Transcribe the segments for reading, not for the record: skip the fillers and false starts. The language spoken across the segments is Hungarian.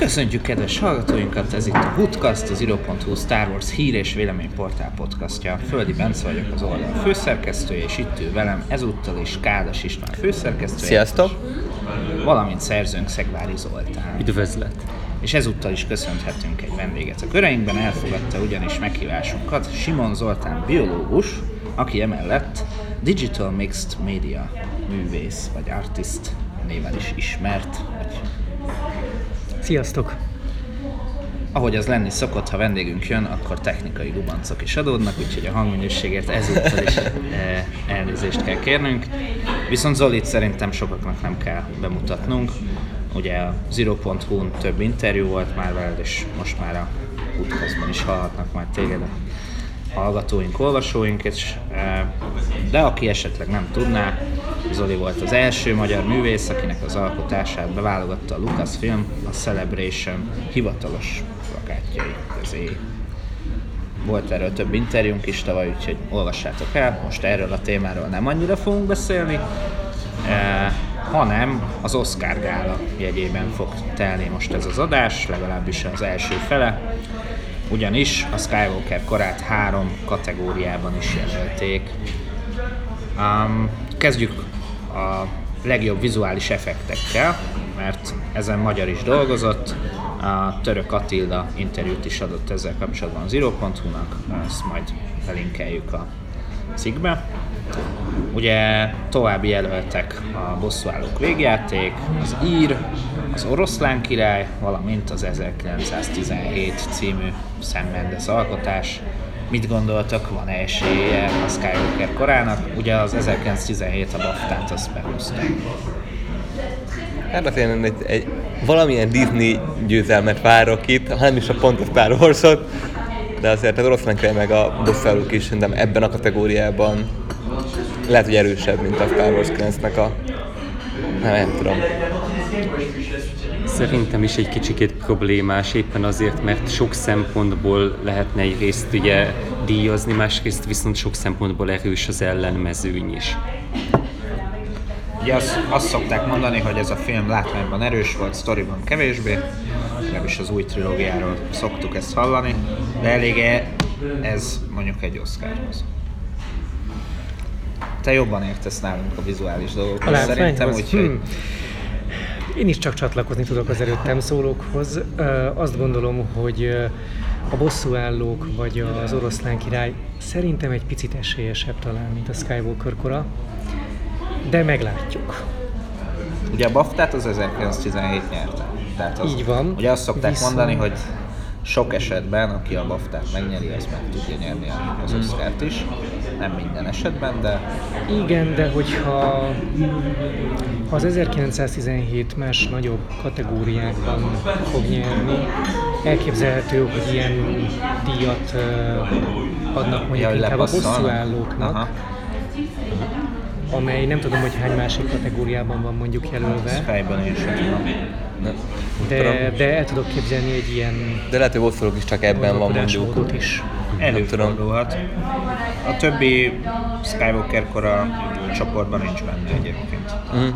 Köszöntjük kedves hallgatóinkat, ez itt a Hoodcast, az iro.hu Star Wars hír és véleményportál podcastja. Földi Bence vagyok, az oldal főszerkesztője, és itt ül velem ezúttal is Kádas István főszerkesztője. Sziasztok! Valamint szerzőnk Szegvári Zoltán. Üdvözlet! És ezúttal is köszönhetünk egy vendéget. A köreinkben elfogadta ugyanis meghívásunkat Simon Zoltán biológus, aki emellett Digital Mixed Media művész vagy artist néven is ismert. Sziasztok! Ahogy az lenni szokott, ha vendégünk jön, akkor technikai gubancok is adódnak, úgyhogy a hangminőségért ezúttal is elnézést kell kérnünk. Viszont Zolit szerintem sokaknak nem kell bemutatnunk. Ugye a iro.hu-n több interjú volt már veled, és most már a Hoodcastban is hallhatnak majd téged a hallgatóink, olvasóink, de aki esetleg nem tudná, Zoli volt az első magyar művész, akinek az alkotását beválogatta a Lucasfilm a Celebration hivatalos plakátjai közé. Volt erről több interjúnk is tavaly, úgyhogy olvassátok el. Most erről a témáról nem annyira fogunk beszélni, hanem az Oscar gála jegyében fog telni most ez az adás, legalábbis az első fele. Ugyanis a Skywalker korát 3 kategóriában is jelölték. Kezdjük a legjobb vizuális effektekkel, mert ezen magyar is dolgozott. A Török Attila interjút is adott ezzel kapcsolatban az iro.hu-nak, ezt majd belinkeljük a cikkbe. Ugye további jelöltek a Bosszúállók végjáték, az Ír, az Oroszlán király, valamint az 1917 című Sam Mendes alkotás. Mit gondoltak, van esélye a Skywalker korának? Ugye az 1917 a BAFTA-t azt behúzta. Hát azért valamilyen Disney győzelmet várok itt, ha nem is a pont a Star Wars-ot, de azért az Oroszlán király meg a Bosszúállók is szerintem ebben a kategóriában lehet, hogy erősebb, mint a Star Wars 9-nek a... Nem tudom. Szerintem is egy kicsikét problémás, éppen azért, mert sok szempontból lehetne egyrészt ugye díjazni, másrészt viszont sok szempontból erős az ellenmezőny is. Ugye azt szokták mondani, hogy ez a film látványban erős volt, sztoriban kevésbé, legalábbis az új trilógiáról szoktuk ezt hallani, de elég ez mondjuk egy Oscarhoz. Te jobban értesz nálunk a vizuális dolgokhoz szerintem, úgyhogy... Én is csak csatlakozni tudok az előttem szólókhoz. Azt gondolom, hogy a Bosszúállók vagy az Oroszlán király szerintem egy picit esélyesebb talán, mint a Skywalker kora, de meglátjuk. Ugye a BAFTA-t az 1917 nyerte. Tehát az, így van. Ugye azt szokták mondani, hogy sok esetben, aki a BAFTA-t megnyeri, az meg tudja nyerni az Oscart is. Nem minden esetben, de... Igen, de hogyha az 1917 más nagyobb kategóriákban fog nyerni, elképzelhető, hogy ilyen díjat adnak mondjuk inkább a Bosszúállóknak, amely nem tudom, hogy hány másik kategóriában van mondjuk jelölve. Fejben én sem tudom. De el tudok képzelni egy ilyen... De lehet, hogy Bosszúállók is csak ebben van mondjuk. Is. Előfordulhat. A többi Skywalker kora csoportban nincs benne egyébként.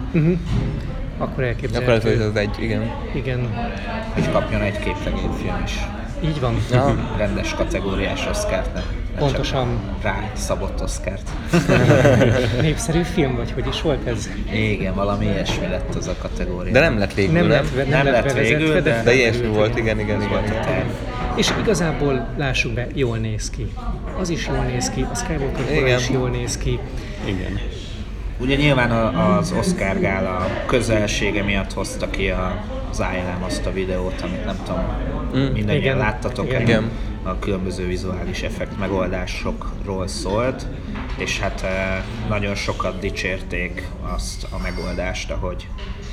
Akkor elképzelhető. Akkor ez az egy, igen. Igen. És kapjon egy képregényfilm is. Így van. Rendes kategóriás Oscart, ne pontosan. Rá szabott Oscart. Népszerű film, vagy hogy is volt ez? Igen, valami ilyesmi lett az a kategória. De nem lett végül, nem lett végül, de ilyesmi volt, igen. És igazából lássuk be, jól néz ki. Az is jól néz ki, a Skywalker kora is jól néz ki. Igen. Ugye nyilván az Oscar gála közelsége miatt hozta ki az ILM azt a videót, amit nem tudom, mindannyian láttatok, a különböző vizuális effekt megoldásokról szólt, és hát nagyon sokat dicsérték azt a megoldást, ahogy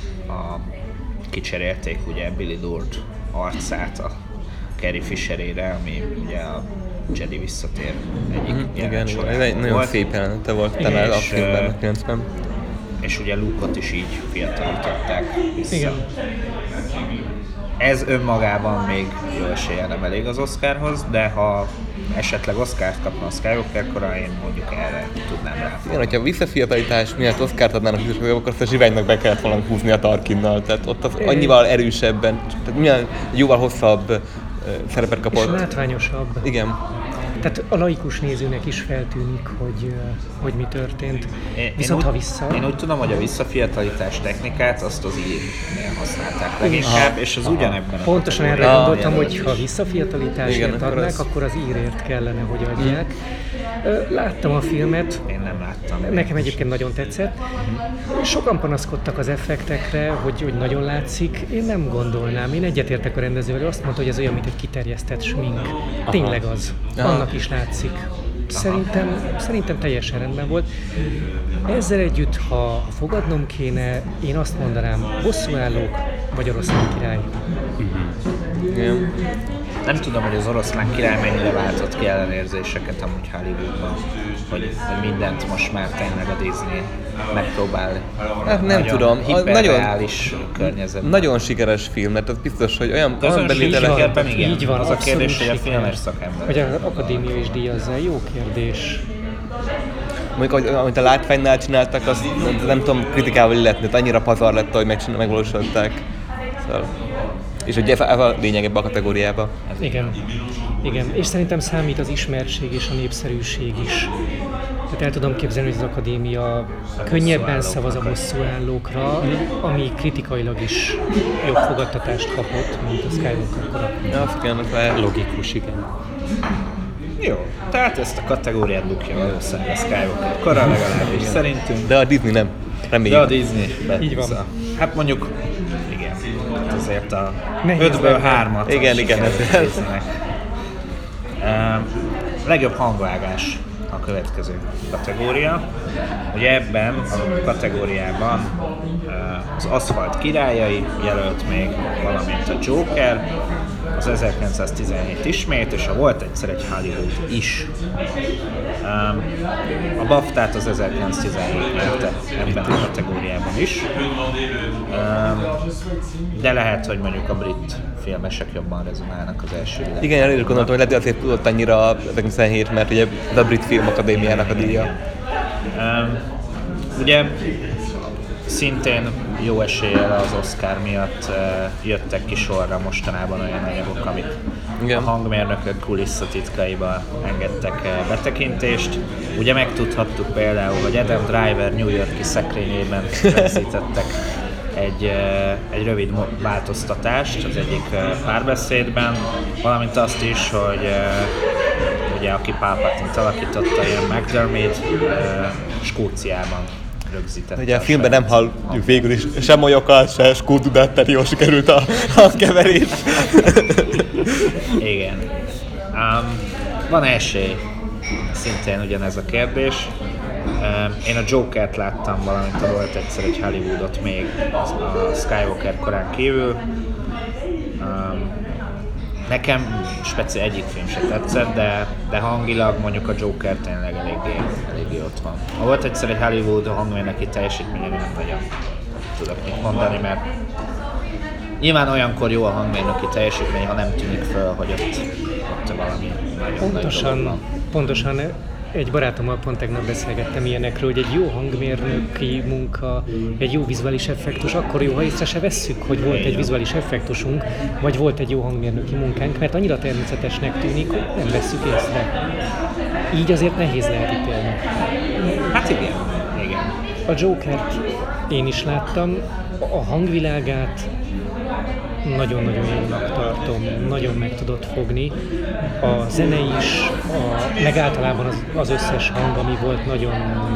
kicserélték ugye Billy Durd arcát a Carrie Fisherére, ami ugye a Jedi visszatér egyik jelenet során volt. Nagyon szép jelenete volt talán a filmben, a 90-ben. És ugye Luke-ot is így fiatalították vissza. Igen. ez önmagában még jó esélye nem elég az Oscarhoz, de ha esetleg Oscart kapna a Skywalker-kora, én mondjuk erre tudnám rá. Igen, hogyha visszafiatalítás miatt Oscart adnának is, akkor azt a zsiványnak be kellett volna húzni a Tarkinnal, tehát ott az annyival erősebben, tehát milyen jóval hosszabb szerepet kapott. És látványosabb. Igen. Tehát a laikus nézőnek is feltűnik, hogy mi történt. Viszont ha vissza... Én úgy tudom, hogy a visszafiatalítás technikát azt az ír-nél használták leginkább, és az ugyanebben. Pontosan erre gondoltam, hogy ha visszafiatalításért adnák, akkor az írért kellene, hogy adják. Láttam a filmet. Én nem láttam. Nekem egyébként nagyon tetszett. Sokan panaszkodtak az effektekre, hogy nagyon látszik. Én nem gondolnám. Én egyetértek a rendezővel, azt mondta, hogy ez olyan, mint egy kiterjesztett smink. Tényleg az. Annak is látszik. Szerintem teljesen rendben volt. Ezzel együtt, ha fogadnom kéne, én azt mondanám, bosszúállók vagy oroszlán király. Igen. Nem tudom, hogy az oroszlán király mennyire váltott ki ellenérzéseket amúgy Hollywoodban, hogy mindent most már tényleg a Disney megpróbál. Hát nem tudom, hiperreális környezetben. Nagyon sikeres film, mert az biztos, hogy olyan Közönségekben igen. Így van, az a kérdés, hogy a abszolút filmes siker. szakember. Hogy az akadémia is díjazza, jó kérdés. Mondjuk, amit a látványnál csináltak, azt nem tudom kritikával illetni, annyira pazar lett, hogy megvalósították. Szóval. És hogy ez a lényeg ebben a kategóriában. Igen. És szerintem számít az ismertség és a népszerűség is. Tehát el tudom képzelni, hogy az akadémia könnyebben szavaz a bosszúállókra, ami kritikailag is jobb fogadtatást kapott, mint a Skywalker-kora. Azt kellene Logikus, igen. Jó, tehát ezt a kategóriát bukja valószínűleg a Skywalker-kora legalábbis szerintünk. De a Disney nem. Reméljük. De a Disney Így van. Hát mondjuk, igen, azért a Nehéz 5-ből 3-at Igen, ez. Legjobb hangvágás a következő kategória. Ugye ebben a kategóriában az Aszfalt királyai jelölt még, valamint a Joker, az 1917 ismét, és a Volt egyszer egy Hollywood is. A BAFTA-t az 1917 nyerte ebben a kategóriában is. De lehet, hogy mondjuk a brit filmesek jobban rezonálnak az első világ. Igen, előre gondoltam, hogy lehet, hogy azért tudott annyira 1917, mert ugye a Brit Filmakadémiának a díja. Ugye szintén jó eséllyel az Oscar miatt jöttek ki sorra mostanában olyan anyagok, amik Igen. a hangmérnökök kulisszatitkaiba engedtek betekintést. Ugye megtudhattuk például, hogy Adam Driver New York-i szekrényében rögzítettek egy rövid változtatást az egyik párbeszédben, valamint azt is, hogy ugye aki Palpatine-t alakította, ilyen McDermott Skóciában rögzítette. Ugye a filmben nem halljuk végül is sem olyokat, se skótudát, tehát jól sikerült a keverés. Igen. Van esély, szintén ugyanez a kérdés. Én a Jokert láttam, valamint a Volt egyszer egy Hollywoodot még a Skywalker korán kívül. Nekem speciál egyik film se tetszett, de hangilag mondjuk a Joker tényleg eléggé ott van. Ha Volt egyszer egy Hollywood, a hangmérnöki teljesítményen nem nagyon tudok mit mondani, mert nyilván olyankor jó a hangmérnöki teljesítmény, ha nem tűnik föl, hogy ott valami nagyon nagy Pontosan egy barátommal pont tegnap beszélgettem ilyenekről, hogy egy jó hangmérnöki munka, egy jó vizuális effektus, akkor jó, ha észre se vesszük, hogy volt egy vizuális effektusunk, vagy volt egy jó hangmérnöki munkánk, mert annyira természetesnek tűnik, hogy nem vesszük észre. Így azért nehéz lehet ítélni. Hát igen. A Jokert én is láttam, a hangvilágát nagyon-nagyon jónak tartom, nagyon meg tudott fogni. A zene is, meg általában az összes hang, ami volt, nagyon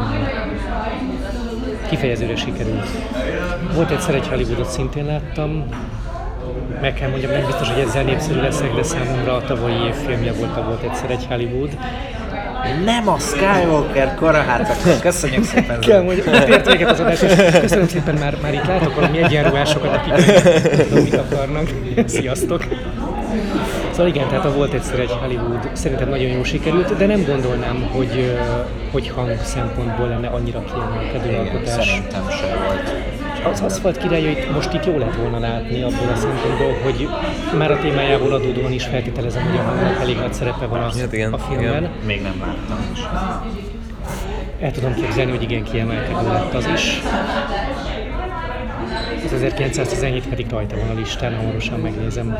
kifejezőre sikerült. Volt egyszer egy Hollywoodot szintén láttam, meg kell mondjam, nem biztos, hogy ezzel népszerű leszek, de számomra a tavalyi év filmje Volt egyszer egy Hollywood. Nem a Skywalker kora, hát köszönjük szépen. Kell mondjam, ott ért véget az adás, és köszönöm szépen, már itt látok valami egyenruhásokat, akik tudom, mit akarnak. Sziasztok! Szóval igen, tehát volt egyszer egy Hollywood, szerintem nagyon jó sikerült, de nem gondolnám, hogy hang szempontból lenne annyira kiemelkedő Igen, alkotás. szerintem se volt. Az Aszfalt királyait most itt jó lett volna látni abból a szempontból, hogy már a témájából adódóan is feltételezem, hogy a hangnak elég nagy szerepe van Hát igen, a filmben. igen. Még nem láttam is. El tudom képzelni, hogy igen kiemelkedő lett az is. Az 1917 pedig rajta van a listán, hamarosan megnézem.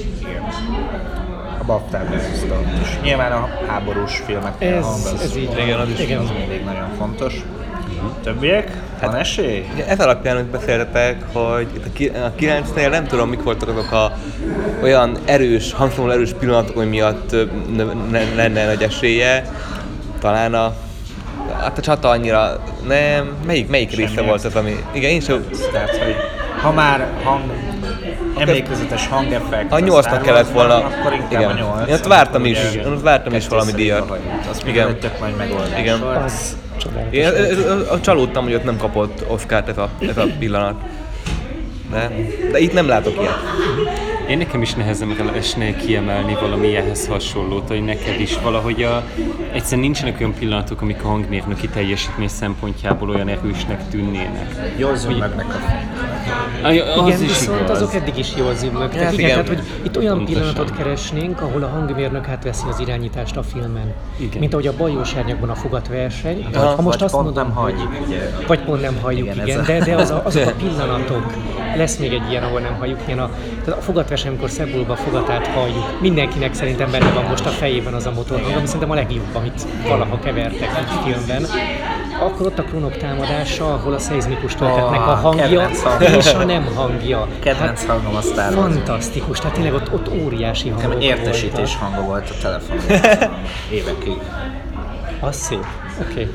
A BAFTA-t behozta ott is. Nyilván a háborús filmeknél a hang Ez így van. Igen, az is Igen. az mindig nagyon fontos. Többiek? Van esély? Ugye ez alapján, hogy beszéltetek, hogy itt a 9-nél nem tudom, mik voltak azok olyan erős, hangszóróan erős pillanatok, ami miatt lenne nagy esélye. Talán a csata annyira nem. Melyik része Semmi volt az, ami... Igen, én sem... Tehát, hogy ha már emlékezetes hangeffekt, A 8-nak kellett volna... akkor inkább a 8. Én ott vártam is valami díjat. Az még Igen. egy tök nagy megoldás Igen. volt. Az csodálatos. Én csalódtam, hogy ott nem kapott Oscart ez a pillanat. De itt nem látok ilyet. Én nekem is nehezemre esne kiemelni valami ehhez hasonlót, hogy neked is valahogy egyszerűen nincsenek olyan pillanatok, amik a hangmérnöki teljesítmény szempontjából olyan erősnek tűnnének. Jól zümmögnek a Igen, Az is viszont igaz. azok eddig is jól zümmögtek. Hát Igen, igen. tehát hogy itt olyan Pontosan. pillanatot keresnénk, ahol a hangmérnök átveszi az irányítást a filmen. Igen. Mint ahogy a Bajós Árnyakban a fogatverseny. Aha. Ha most Vagy azt pont mondom, nem halljuk, ugye? Vagy pont nem halljuk, Igen, igen, ez de azok a pillanatok. Lesz még egy ilyen, ahol nem halljuk. Tehát a fogatverseny, amikor Szebulba fogatát halljuk. Mindenkinek szerintem benne van most a fejében az a motorhang, ami szerintem a legjobb, amit valaha kevertek egy filmben. Akkor ott a Klónok támadása, ahol a szeizmikus töltetnek a hangja kedvenc hangja. és a nem hangja. Kedvenc hangom a Star Wars. Fantasztikus, tehát tényleg ott óriási hangok Nekem értesítés voltak. hangja volt a telefonon évekig. Az szép. Oké.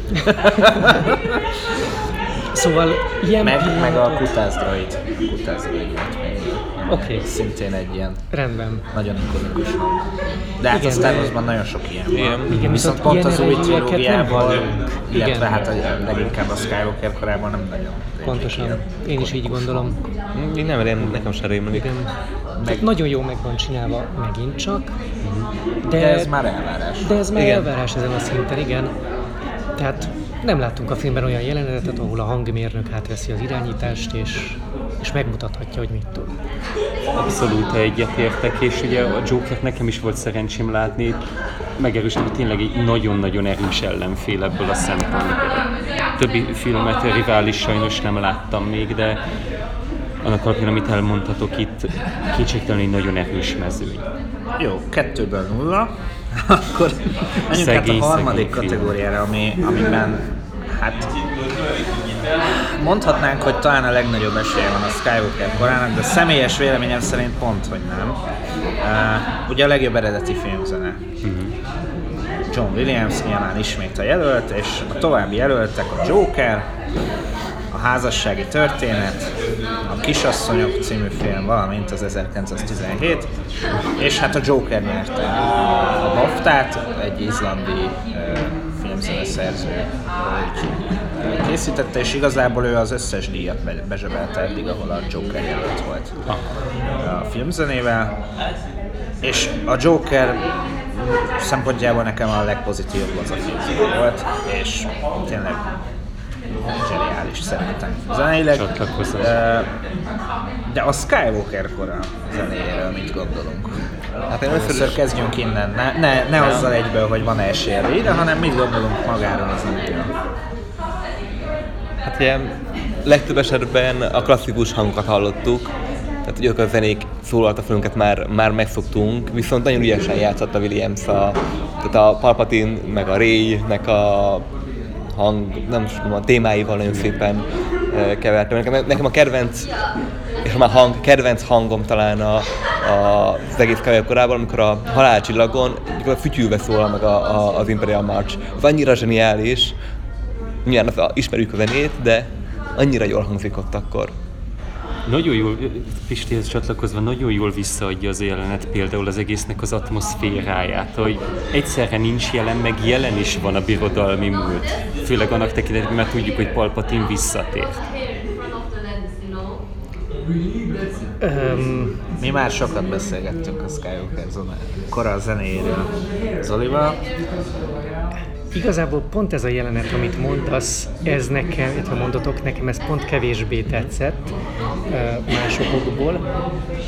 Szóval ilyen Meg a pillanatok... kutázdroid. A kutázdroid volt még. Oké. Szintén egy ilyen Rendben. nagyon ikonikus hang. De hát Igen, a Star de- Warsban nagyon sok ilyen van. Igen. Igen, Viszont viszont pont ilyen az új erejűeket nem trilógiával, hallunk. illetve Igen. hát leginkább a Skywalker korában nem nagyon. Pontosan. Én is így gondolom. Én nem, nekem sem rémlik. Igen. Tehát nagyon jó meg van csinálva megint csak. De ez már elvárás. De ez már Igen. elvárás ezen a szinten, igen. Tehát nem láttunk a filmben olyan jelenetet, ahol a hangmérnök átveszi az irányítást, és megmutathatja, hogy mit tud. Abszolút egyetértek, és ugye a Jokert nekem is volt szerencsém látni, megerősíteni, hogy tényleg egy nagyon-nagyon erős ellenfél ebből a szempontból. Többi filmet, rivális sajnos nem láttam még, de annak alapján, amit elmondhatok itt, kétségtelenül egy nagyon erős mezőny. Jó, 2-ből 0. Akkor menjünk át a Szegény harmadik film. kategóriára, amiben hát mondhatnánk, hogy talán a legnagyobb esélye van a Skywalker korának, de személyes véleményem szerint pont, hogy nem. Ugye a legjobb eredeti filmzene. John Williams nyilván ismét a jelölt, és a további jelöltek a Joker, a házassági történet, a Kisasszonyok című film, valamint az 1917, és hát a Joker nyerte a BAFTA-t, egy izlandi filmzeneszerző készítette, és igazából ő az összes díjat bezsebelte eddig, ahol a Joker jelölt volt a filmzenével, és a Joker szempontjából nekem a legpozitívabb az a filmzene volt, és tényleg zseniális szerintem zeneileg. Csatlakozom. De a Skywalker kora zenéjéről mit gondolunk? Hát én Először kezdjünk innen, ne azzal egyből, hogy van esélye ide, hanem mit gondolunk magáról a zenéről. Hát ugye legtöbb esetben a klasszikus hangokat hallottuk, tehát hogy ők a zenék szólaltafonunkat már megszoktunk, viszont nagyon ügyesen játszott a Williams, tehát a Palpatine, meg a Rey-nek a hang, nem tudom, a témáival nagyon szépen kevertem. Nekem a kedvenc, és már kedvenc hangom talán az egész Skywalker korában, amikor a halálcsillagon fütyülve szól meg az Imperial March. Az annyira zseniális, nyilván ismerjük a zenét, de annyira jól hangzik ott akkor. Nagyon jól, Pistihez csatlakozva, nagyon jól visszaadja az jelenet például az egésznek az atmoszféráját, hogy egyszerre nincs jelen, meg jelen is van a birodalmi múlt. Főleg annak tekintetében, mert tudjuk, hogy Palpatine visszatért. Mi már sokat beszélgettünk a Skywalker kora zenéjéről Zolival. Igazából pont ez a jelenet, amit mondasz, ez nekem, illetve mondatok, nekem ez pont kevésbé tetszett más okokból.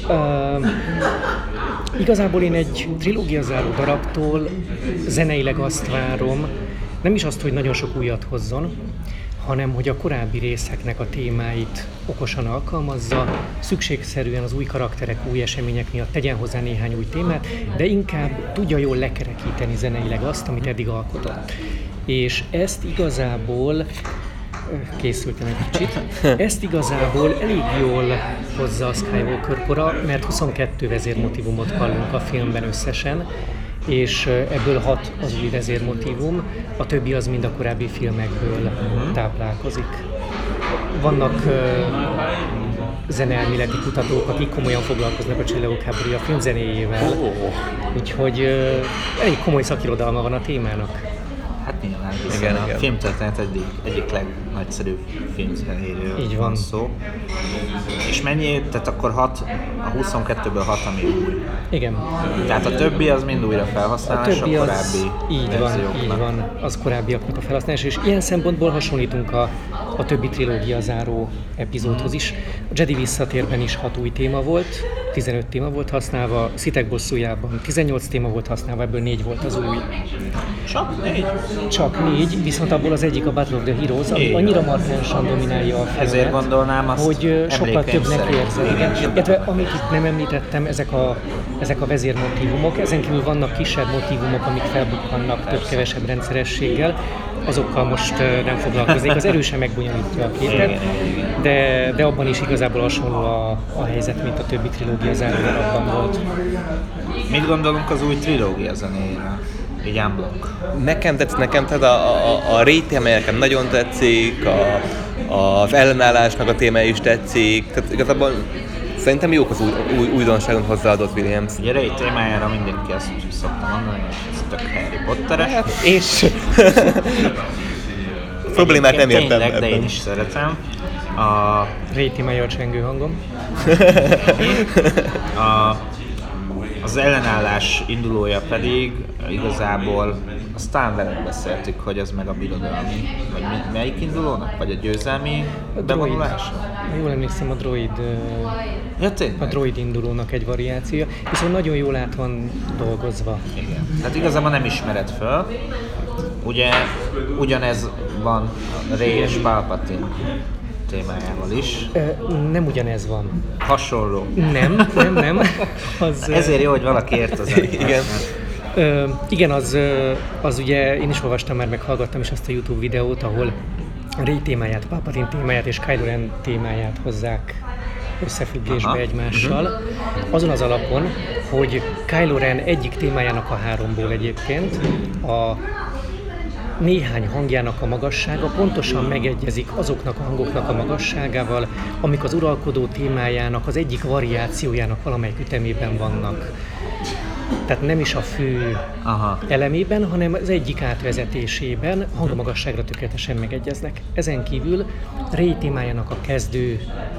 Igazából én egy trilógiazáró darabtól zeneileg azt várom, nem is azt, hogy nagyon sok újat hozzon, hanem hogy a korábbi részeknek a témáit okosan alkalmazza, szükségszerűen az új karakterek, új események miatt tegyen hozzá néhány új témát, de inkább tudja jól lekerekíteni zeneileg azt, amit eddig alkotott. És ezt igazából készültem egy kicsit. Ezt igazából elég jól hozza a Skywalker kora, mert 22 vezérmotívumot hallunk a filmben összesen, és ebből 6 az új vezérmotívum, a többi az mind a korábbi filmekből táplálkozik. Vannak zeneelméleti kutatók, akik komolyan foglalkoznak a Csillagok háborúja filmzenéjével, úgyhogy elég komoly szakirodalma van a témának. Hát nyilván, hiszen a filmtörténet egyik legnagyszerűbb filmzenéről van szó. És mennyi, tehát akkor 6, a 22-ből 6, ami új. Igen. Tehát a többi az mind újra felhasználás, a korábbi így van, az korábbiaknak a felhasználás, és ilyen szempontból hasonlítunk a többi trilógia záró epizódhoz is. A Jedi visszatérben is 6 új téma volt, 15 téma volt használva, Sithek bosszújában 18 téma volt használva, ebből 4 volt az új. Csak 4, viszont abból az egyik a Battle of the Heroes, ami annyira markánsan dominálja a filmet, ezért gondolnám azt, hogy sokkal többnek érzem. Illetve amit itt nem említettem, ezek a vezérmotívumok, ezen kívül vannak kisebb motívumok, amik felbukkannak több-kevesebb rendszerességgel, azokkal most nem foglalkoznék, az erősen megbonyolítja a képet, de abban is igazából hasonló a helyzet, mint a többi trilógia záródarabban volt. Mit gondolunk az új trilógia zenéjéről? Így unblock. Nekem tehát a rétém, nekem nagyon tetszik, az ellenállásnak a téma is tetszik, tehát igazából szerintem jók az újdonságot hozzáadott Williams. Ugye Rey témájára mindenki azt szokta mondani, hogy ez tök Harry Potter-es. És problémát nem értem tényleg, ebben. de én is szeretem. Rey témája a csengő hangom. Az ellenállás indulója pedig igazából aztán veled beszéltük, hogy ez meg a birodalmi, vagy melyik indulónak? Vagy a győzelmi bevonulásra? Jól emlékszem, a droid, a droid indulónak egy variációja, viszont nagyon jól át van dolgozva. Igen. Tehát igazából nem ismered föl. Ugye ugyanez van Rey és Palpatine témájával is. Nem ugyanez van. Hasonló. Nem. Ezért jó, hogy valaki ért az Igen. Igen, az ugye, én is olvastam már, meg hallgattam is azt a YouTube videót, ahol Rey témáját, Palpatine témáját és Kylo Ren témáját hozzák összefüggésbe egymással. Azon az alapon, hogy Kylo Ren egyik témájának a 3-ból egyébként a néhány hangjának a magassága pontosan megegyezik azoknak a hangoknak a magasságával, amik az uralkodó témájának az egyik variációjának valamelyik ütemében vannak. Tehát nem is a fő elemében, hanem az egyik átvezetésében hangmagasságra tökéletesen megegyeznek. Ezen kívül Rey témájának a kezdő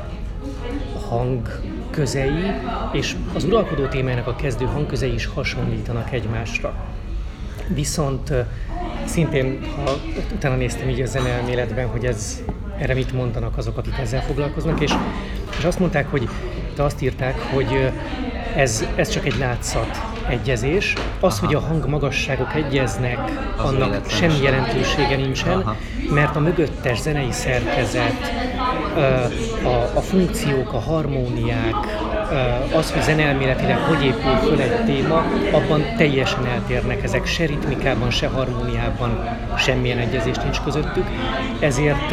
hangközei és az uralkodó témájának a kezdő hangközei is hasonlítanak egymásra. Viszont szintén, ha utána néztem így a zeneelméletben, hogy erre mit mondanak azok, akik ezzel foglalkoznak, és azt mondták, hogy azt írták, hogy ez csak egy látszat egyezés. Az, hogy a hangmagasságok egyeznek, annak semmi jelentősége nincsen, mert a mögöttes zenei szerkezet, a funkciók, a harmóniák, az, hogy zeneelméletileg hogy épül föl egy téma, abban teljesen eltérnek ezek, se ritmikában, se harmóniában semmilyen egyezés nincs közöttük. Ezért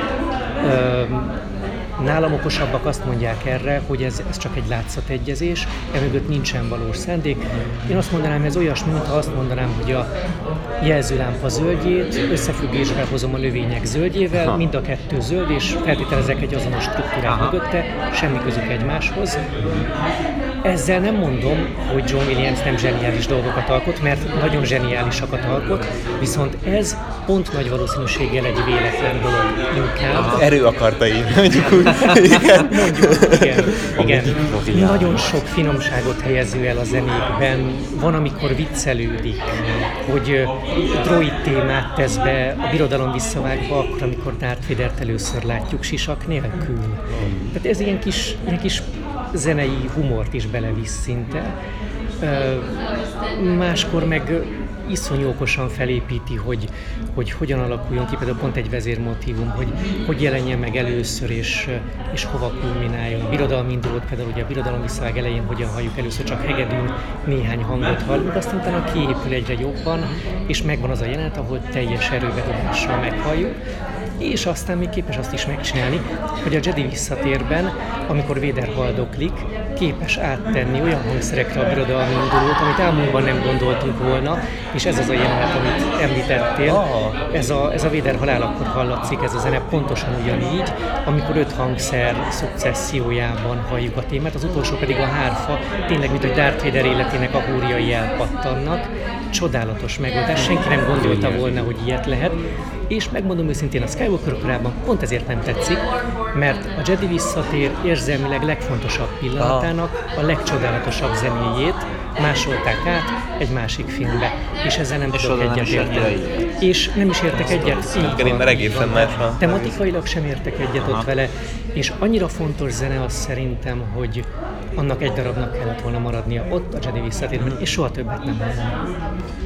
nálam okosabbak azt mondják erre, hogy ez csak egy látszategyezés, emögött nincsen valós szándék. Én azt mondanám, ez olyasmi, mintha azt mondanám, hogy a jelzőlámpa zöldjét összefüggésbe hozom a növények zöldjével, mind a kettő zöld, és feltételezek egy azonos struktúrát mögötte, semmi közük egymáshoz. Ezzel nem mondom, hogy John Williams nem zseniális dolgokat alkot, mert nagyon zseniálisakat alkot, viszont ez pont nagy valószínűséggel egy véletlen dolog inkább. Erő akarta így, mondjuk úgy. Igen. Igen. Nagyon sok finomságot helyező el a zenékben. Van, amikor viccelődik, hogy droid témát tesz be a Birodalom visszavágva, akkor, amikor Darth Vadert először látjuk sisak nélkül. Tehát ez ilyen kis zenei humort is belevisz szinte. Máskor meg iszonyú okosan felépíti, hogy hogyan alakuljon ki, például pont egy vezérmotívum, hogy jelenjen meg először, és hova kulmináljon. A birodalmi indulót például ugye a Birodalom visszavág elején hogyan halljuk először, csak hegedűn néhány hangot hallunk, aztán utána kiépül egyre jobban, és megvan az a jelenet, ahol teljes erőbedobással meghalljuk, és aztán még képes azt is megcsinálni, hogy a Jedi visszatérben, amikor Vader haldoklik, képes áttenni olyan hangszerekre a birodalmi indulót, amit álmunkban nem gondoltunk volna, és ez az a jelenet, amit említettél. Ez a Vader halálakor hallatszik, ez a zene pontosan ugyanígy, amikor 5 hangszer szukcessziójában halljuk a témát, az utolsó pedig a hárfa, tényleg, mint hogy Darth Vader életének a húrjai elpattannak. Csodálatos megoldás, senki nem gondolta volna, hogy ilyet lehet, és megmondom őszintén, a Skywalker korában pont ezért nem tetszik, mert a Jedi visszatér érzelmileg legfontosabb pillanatának a legcsodálatosabb zenéjét másolták át egy másik filmbe, és ezzel nem tudok egyet érteni. És nem is értek egyet. Mert egészen más. Tematikailag sem értek egyet ott vele, és annyira fontos zene az szerintem, hogy annak egy darabnak kellett volna maradnia ott a Jedi visszatérben, és soha többet nem hallom.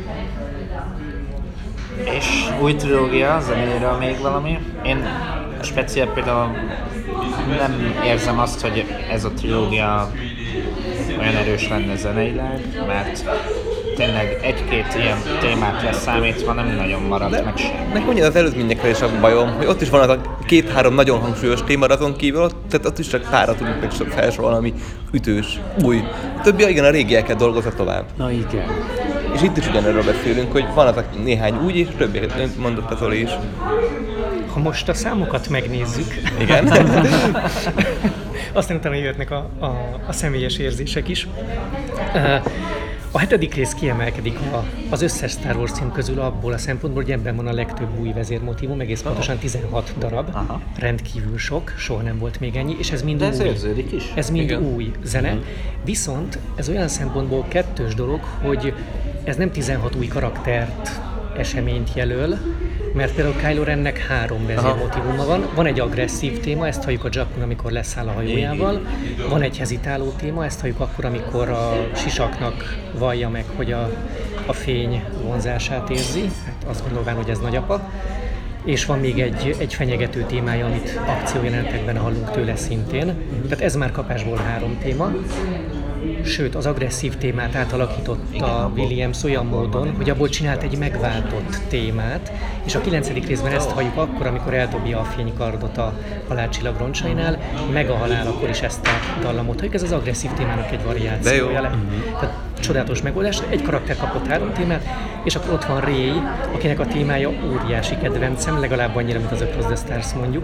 És új trilógia, zenéről még valami? Én speciál például nem érzem azt, hogy ez a trilógia olyan erős lenne zeneileg, mert tényleg egy-két ilyen témát leszámítva nem nagyon maradt meg semmi. Nekem mondja az előzményekre is a bajom, hogy ott is van az a 2-3 nagyon hangsúlyos téma, azon kívül, tehát ott is csak párat tudunk meg felsorolni, ami ütős, új. A többi, igen, a régieket dolgozza tovább. Na igen. És itt is ugyanerről beszélünk, hogy van az a néhány új, és többieket mondott az Zoli is. Ha most a számokat megnézzük, Igen. aztán utána jöhetnek a személyes érzések is. A 7. rész kiemelkedik az összes Star Wars film közül abból a szempontból, hogy ebben van a legtöbb új vezérmotívum, egész pontosan 16 darab, rendkívül sok, soha nem volt még ennyi, és ez mind ez új. érződik is. Ez mind új zene, viszont ez olyan szempontból kettős dolog, hogy ez nem 16 új karaktert, eseményt jelöl, mert például Kylo Rennek 3 vezérmotívuma van. Van egy agresszív téma, ezt halljuk a Jakun, amikor leszáll a hajójával. Van egy hezitáló téma, ezt halljuk akkor, amikor a sisaknak vallja meg, hogy a fény vonzását érzi. Hát azt gondolván, hogy ez nagyapa. És van még egy fenyegető témája, amit akciójelenetekben hallunk tőle szintén. Tehát ez már kapásból 3 téma. Sőt, az agresszív témát átalakította Williams olyan módon, hogy abból csinált egy megváltott témát, és a 9. részben ezt halljuk akkor, amikor eldobja a fénykardot a halálcsillag roncsainál, meg a halálakor is ezt a dallamot halljuk. Ez az agresszív témának egy variációja lett. Tehát csodálatos megoldás, egy karakter kapott 3 témát, és akkor ott van Rey, akinek a témája óriási kedvencem, legalább annyira, mint az Across the Stars mondjuk.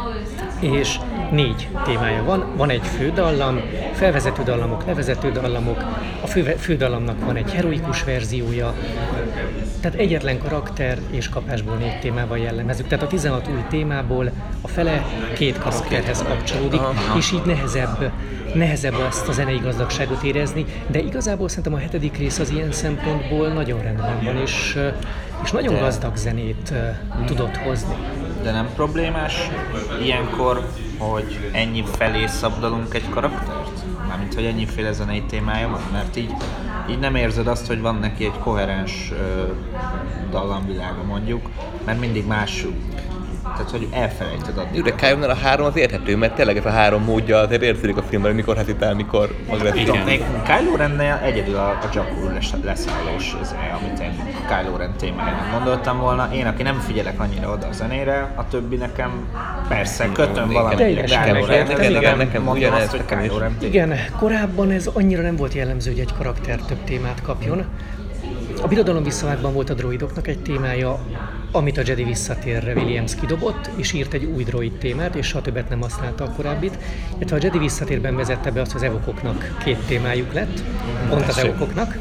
És 4 témája van. Van egy fődallam, felvezető dallamok, levezető dallamok, a fődallamnak van egy heroikus verziója, tehát egyetlen karakter és kapásból 4 témával jellemezzük. Tehát a 16 új témából a fele 2 karakterhez kapcsolódik, és így nehezebb azt a zenei gazdagságot érezni, de igazából szerintem a 7. rész az ilyen szempontból nagyon rendben van, és nagyon gazdag zenét tudott hozni. De nem problémás ilyenkor, hogy ennyi felé szabdalunk egy karaktert? Mármint, hogy ennyiféle zenei témája van, mert így nem érzed azt, hogy van neki egy koherens dallamvilága mondjuk, mert mindig más. Tehát, hogy elfelejted adni. Jó, de Kylo-nál a 3 az érthető, mert tényleg ez a 3 módja azért érződik a filmben, mikor hezitál, mikor agresszív. Kylo Rennél egyedül a Jakku leszállós, amit én Kylo Ren témájának gondoltam volna. Én, aki nem figyelek annyira oda a zenére, a többi nekem persze kötöm valamit Kylo Renhez, de nem mondom azt, hogy Kylo Ren téma. Igen, korábban ez annyira nem volt jellemző, hogy egy karakter több témát kapjon. A Birodalom visszavágban volt a droidoknak egy témája, amit a Jedi visszatérre Williams kidobott, és írt egy új droid témát, és soha többet nem használta a korábbit. Illetve a Jedi visszatérben vezette be azt, hogy az evokoknak 2 témájuk lett, pont az evokoknak.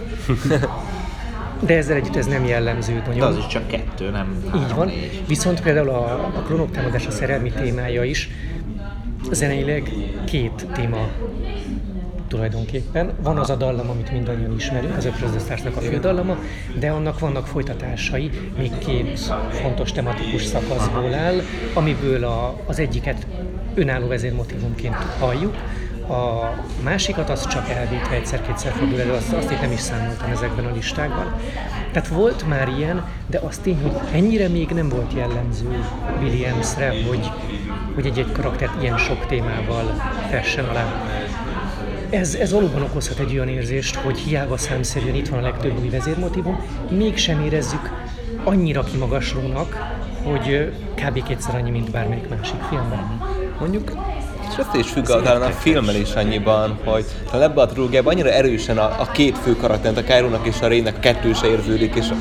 De ezzel együtt ez nem jellemző nagyon. De az is csak 2, nem 3, Így van. 4. Viszont például a klónok támadása szerelmi témája is zeneileg 2 téma tulajdonképpen. Van az a dallam, amit mindannyian ismerünk, az Across the Stars-nak a fődallama, de annak vannak folytatásai, még 2 fontos tematikus szakaszból áll, amiből az egyiket önálló vezérmotívumként halljuk, a másikat az csak elvétve egyszer-kétszer fordul elő, azt itt nem is számoltam ezekben a listákban. Tehát volt már ilyen, de az tény, hogy ennyire még nem volt jellemző Williamsre, hogy egy karaktert ilyen sok témával fessen alá. Ez valóban okozhat egy olyan érzést, hogy hiába számszerűen itt van a legtöbb új vezérmotívum, mégsem érezzük annyira kimagaslónak, hogy kb. 2-szer annyi, mint bármelyik másik filmben. Mondjuk, és ezt is függ talán a filmmel is annyiban, hogy talán ebben a trilógiában annyira erősen a 2 fő karaktert, a Kylo-nak és a Rey-nek a kettőse érződik, és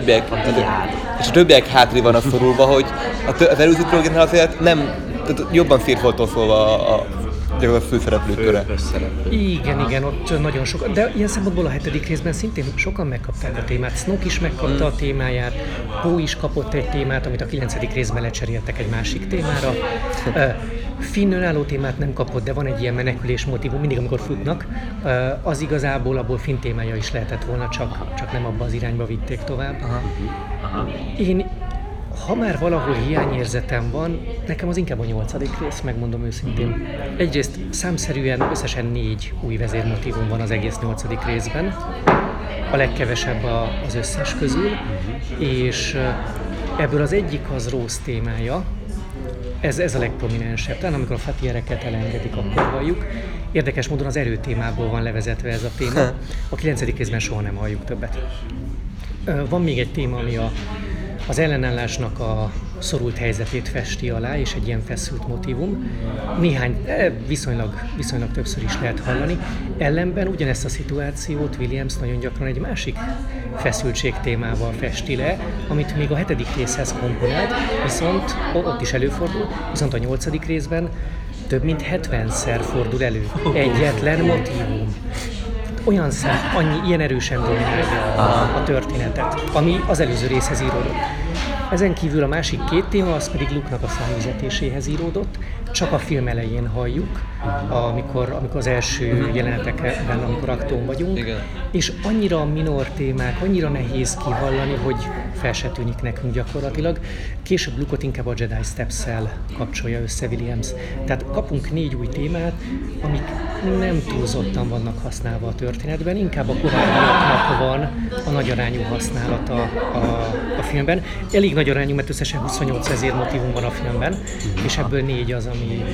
a többiek hátrébb vannak szorulva, hogy az előző trilógiánál azért nem, jobban szét volt oszolva a főszereplők köre. Igen, ott nagyon sokan, de ilyen szempontból a 7. részben szintén sokan megkapták a témát. Snoke is megkapta a témáját, Poe is kapott egy témát, amit a 9. részben lecseréltek egy másik témára. Finn önálló témát nem kapott, de van egy ilyen menekülés motívum, mindig amikor futnak, az igazából abból Finn témája is lehetett volna, csak nem abba az irányba vitték tovább. Én, ha már valahol hiányérzetem van, nekem az inkább a 8. rész, megmondom őszintén. Egyrészt számszerűen összesen 4 új vezérmotívum van az egész 8. részben, a legkevesebb az összes közül, és ebből az egyik az Rose témája, ez a legprominensebb, talán amikor a fatiereket elengedik, akkor halljuk. Érdekes módon az erőtémából van levezetve ez a téma, a 9. részben soha nem halljuk többet. Van még egy téma, ami az ellenállásnak a szorult helyzetét festi alá, és egy ilyen feszült motívum. Néhány, viszonylag többször is lehet hallani. Ellenben ugyanezt a szituációt Williams nagyon gyakran egy másik feszültség témával festi le, amit még a 7. részhez komponált, viszont ott is előfordul, viszont a 8. részben több mint 70-szer fordul elő. Egyetlen motívum. Olyan ilyen erősen dominálja a történetet, ami az előző részhez íródott. Ezen kívül a másik 2 téma, az pedig Luke-nak a számüzetéséhez íródott, csak a film elején halljuk, amikor az első jelenetekben, amikor aktón vagyunk, igen. És annyira minor témák, annyira nehéz kihallani, hogy fel se tűnik nekünk gyakorlatilag. Később Luke-ot inkább a Jedi Steps-szel kapcsolja össze Williams. Tehát kapunk 4 új témát, amik nem túlzottan vannak használva a történetben, inkább a korábbiaknak van a nagyarányú használata a filmben. Elég nagy arányú, mert összesen 28 vezérmotívum van a filmben, és ebből 4 az,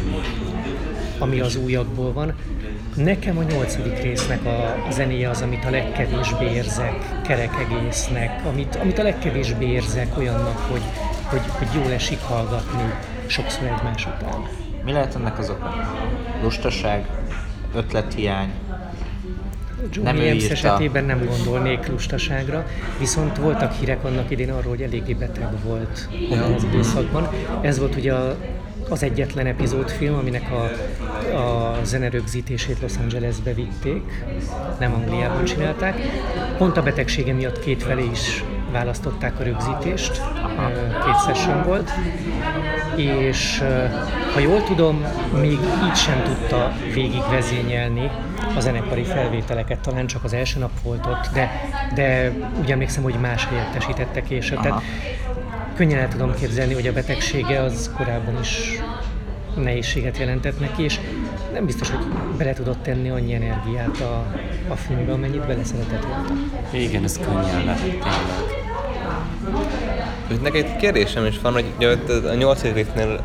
ami az újakból van. Nekem a 8. résznek a zenéje az, amit a legkevésbé érzek kerek egésznek, amit a legkevésbé érzek olyannak, hogy jól esik hallgatni sokszor egymás után. Mi lehet ennek az oka? Lustaság? Ötlethiány? John Williams esetében nem gondolnék lustaságra, viszont voltak hírek annak idén arról, hogy eléggé beteg volt az időszakban. Ez volt ugye az egyetlen epizódfilm, aminek a zenerögzítését Los Angelesbe vitték, nem Angliában csinálták. Pont a betegsége miatt 2 felé is választották a rögzítést, 2 session volt, és ha jól tudom, még így sem tudta végigvezényelni a zenekari felvételeket, talán csak az első nap volt ott, de úgy emlékszem, hogy más helyettesítette később. Tehát könnyen el tudom képzelni, hogy a betegsége az korábban is nehézséget jelentett neki, és nem biztos, hogy bele tudott tenni annyi energiát a filmbe, amennyit bele szeretett volna. Igen, ez könnyen lehet tényleg. Neked egy kérdésem is van, hogy a 8. résznél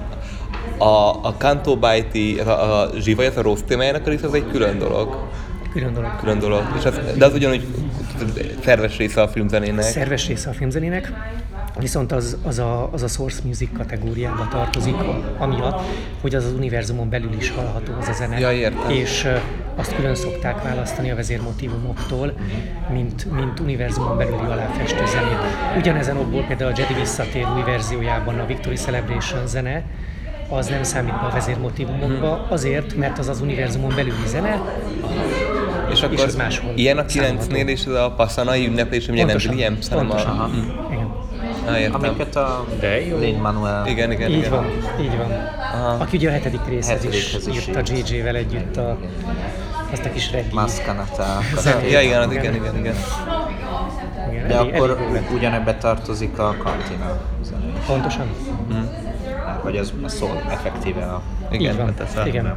a Canto Bight-i, a zsivaj, ez a rossz témájának a rész, az egy külön dolog. Külön dolog. És de az ugyanúgy szerves része a filmzenének. Szerves része a filmzenének, viszont az a source music kategóriába tartozik, amiatt, hogy az univerzumon belül is hallható az a zene. Ja, értem. És azt külön szokták választani a vezérmotívumoktól, mint univerzumon belüli aláfestő zenét. Ugyanezen okból például a Jedi visszatér új verziójában a Victory Celebration zene, az nem számít be a vezérmotívumokba, azért, mert az az univerzumon belüli zene, és akkor ez máshol ilyen a 9-nél is ez a passzanai ünneplés, ugye nem ilyen, pontosan. Igen. Értem. Amiket a Lin-Manuel... Igen. Így van. Aki ugye a 7. részhez is Hetedikhez is írta JJ-vel együtt azt a kis reggi. Maskanata. Ja, igen. Igen, De elég akkor jó lett. ugyanebbe tartozik a Cantina zene. Pontosan. Vagy az szól effektíve a... Igen, Így van. hát Igen.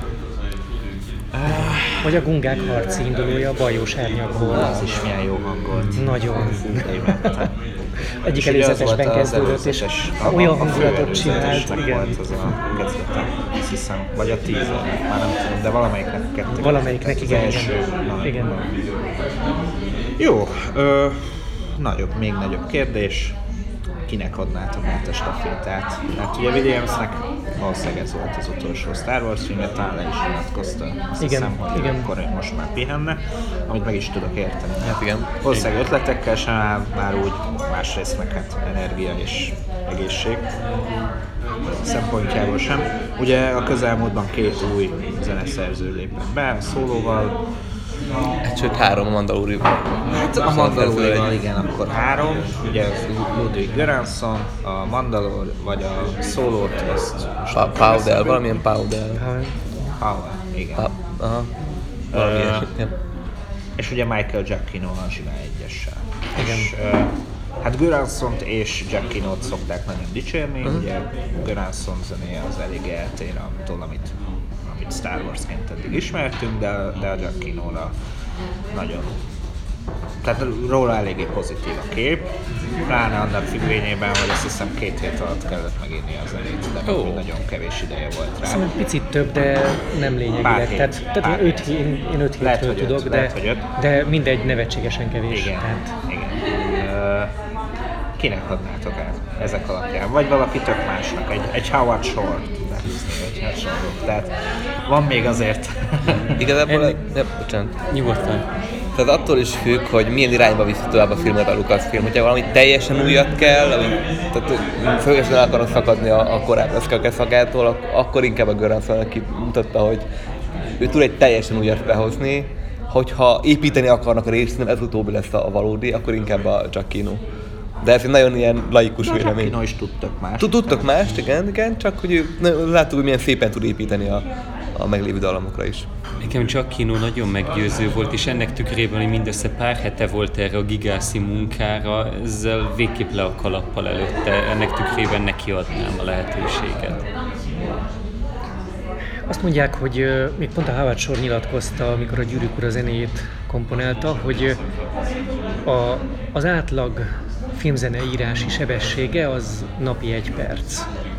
Vagy a Gungák harci indulója a Bajós árnyakból. Az is milyen jó hangolt. Nagyon. Évettem. Egyik És ugye az előzetesben volt az kezdődött, és előzetes, olyan hangulatot csinált. főelőzetesnek Igen. volt az a kezdete, azt hiszem, vagy a teaser, már nem tudom, de valamelyiknek kettő. Valamelyiknek, az igen. első, na, Igen. Jó, még nagyobb kérdés. Kinek adnátok át a stafétát? Mert ugye Williamsnek valószínűleg ez volt az utolsó Star Wars filmje, talán le is nyilatkozta. Azt Igen, hiszem, hogy igen. akkor most már pihenne, amit meg is tudok érteni. Hát igen. Valószínűleg ötletekkel sem áll már úgy, másrészt meg hát energia és egészség szempontjából sem. Ugye a közelmúltban 2 új zeneszerző lépett be, szólóval. Sőt, 3 a Mandalorian. Hát a Mandalorian, igen, akkor 3. Ugye Ludwig Göransson, a Mandalor, vagy a szólót, ezt... Powell, valamilyen Powell. Powell, igen. Aha. Valami ilyesmi. És ugye Michael Giacchino a Zsina 1-essel. Igen. És, hát Göranssont és Giacchinót szokták nagyon dicsérni, ugye Göransson zenéje az elég eltér attól, amit Star Wars-ként eddig ismertünk, de a Giacchinora nagyon... Tehát róla eléggé pozitív a kép, pláne annak függvényében, hogy azt hiszem 2 hét alatt kellett megírni a zenét, de még nagyon kevés ideje volt rá. Szerintem picit több, de nem lényegileg. Tehát én 5 hétről tudok, de mindegy, nevetségesen kevés. Igen, Tehát. igen. Kinek adnátok át ezek alapján? Vagy valaki tök másnak, egy Howard Shore behúzni, vagy hasonló. Tehát van még azért... Igazából, bocsánat. Nyugodtan. Tehát attól is függ, hogy milyen irányba viszi tovább a filmet a Lucasfilm. Hogyha valami teljesen újat kell, tehát főleg el akarod szakadni a korábbi szakától, akkor inkább a Göransson, aki mutatta, hogy ő tud egy teljesen újat behozni. Hogyha építeni akarnak a részt, nem ez utóbbi lesz a valódi, akkor inkább a Giacchino. De ez egy nagyon ilyen laikus vélemény. Giacchino is tudtak más. Tudtak mást, igen, csak hogy láttuk, hogy milyen szépen tud építeni a meglévő dallamokra is. Nekem Giacchino nagyon meggyőző volt, és ennek tükrében, hogy mindössze pár hete volt erre a gigászi munkára, ezzel végképp le a kalappal előtte, ennek tükrében neki adnám a lehetőséget. Azt mondják, hogy még pont a Howard Shore nyilatkozta, amikor a Gyűrűk Ura zenéjét komponálta, hogy az átlag filmzene írási sebessége az napi 1 perc.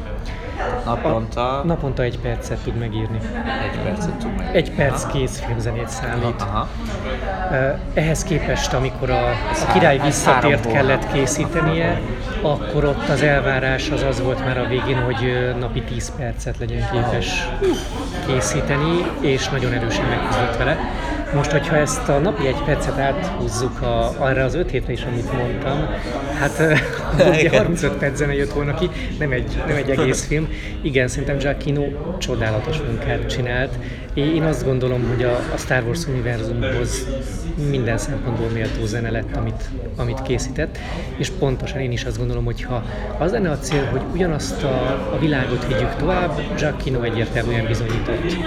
Naponta 1 percet tud megírni. 1 percet tud megírni. 1 perc kész filmzenét számít. Aha. Ehhez képest, amikor a király visszatért kellett készítenie, akkor ott az elvárás az volt már a végén, hogy napi 10 percet legyen képes készíteni, és nagyon erősen megküzdött vele. Most, hogyha ezt a napi 1 percet áthúzzuk arra az 5 hétre is, amit mondtam, hát ugye 35 perc zene jött volna ki, nem egy egész film. Igen, szerintem Giacchino csodálatos munkát csinált. Én azt gondolom, hogy a Star Wars univerzumhoz minden szempontból méltó zene lett, amit készített, és pontosan én is azt gondolom, hogy ha az lenne a cél, hogy ugyanazt a világot vigyük tovább, Giacchino egyértelműen bizonyított.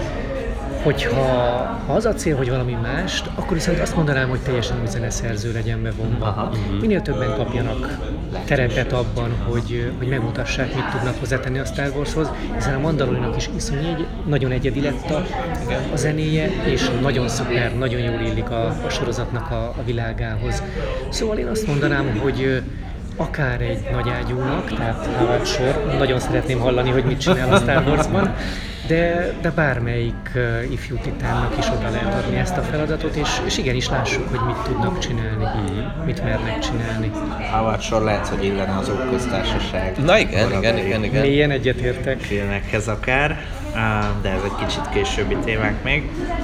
Hogyha az a cél, hogy valami mást, akkor viszont azt mondanám, hogy teljesen új zeneszerző legyen bevonva. Minél többen kapjanak terepet abban, hogy megmutassák, mit tudnak hozzátenni a Star Warshoz, hiszen a Mandaloriannak is nagyon egyedi lett a zenéje, és nagyon szuper, nagyon jól illik a sorozatnak a világához. Szóval én azt mondanám, hogy akár egy nagy ágyúnak, tehát Howard Shore, nagyon szeretném hallani, hogy mit csinál a Star Warsban, de bármelyik ifjú titánnak is oda lehet adni ezt a feladatot, és igenis lássuk, hogy mit tudnak csinálni, mit mernek csinálni. Howard Shore lehet, hogy illene az Óköztársaság. Na igen. Mélyen egyetértek. Filmekhez akár, de ez egy kicsit későbbi témák még.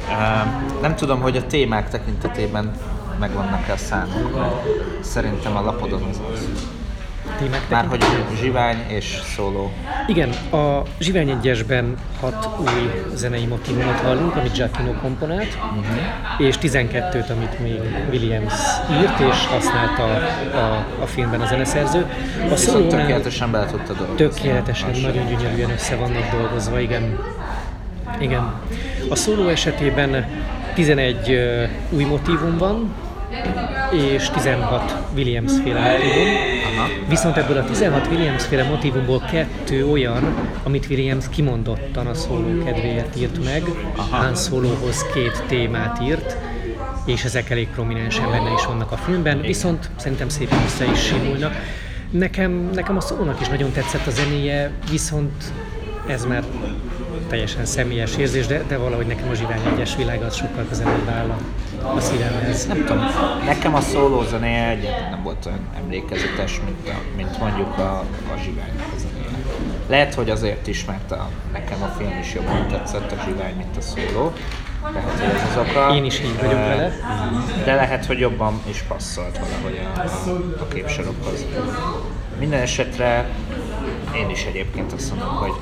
Nem tudom, hogy a témák tekintetében megvannak-e a számok. Szerintem a lapodon az. Témák Már hogy tekintetében? zsivány és szóló. Igen, a Zsivány 1-esben 6 új zenei motívumot hallunk, amit Giacchino komponált, és 12-t, amit még Williams írt és használta a filmben a zeneszerző. A Viszont szólónál tökéletesen bele tudta dolgozni. tökéletesen, nagyon gyönyörűen össze vannak dolgozva, igen. Igen. A szóló esetében 11 új motívum van, és 16 Williams-féle motívum. Viszont ebből a 16 Williams-féle motívumból 2 olyan, amit Williams kimondottan a szóló kedvéért írt meg. Han Solohoz 2 témát írt, és ezek elég prominensen benne is vannak a filmben, viszont szerintem szépen össze is simulnak. Nekem a szólónak is nagyon tetszett a zenéje, viszont ez már teljesen személyes érzés, de valahogy nekem a Zsivány 1-es világ az sokkal közelebb áll a szívemhez. Nem tudom, nekem a szóló zenéje egyáltalán nem volt olyan emlékezetes, mint mondjuk a zsiványnak a zenéje. Lehet, hogy azért is, mert nekem a film is jobban tetszett a zsivány, mint a szóló. Lehet, hogy ez az oka. Én is így vagyok vele. De lehet, hogy jobban is passzolt valahogy a képsorokhoz. Minden esetre én is egyébként azt mondom, hogy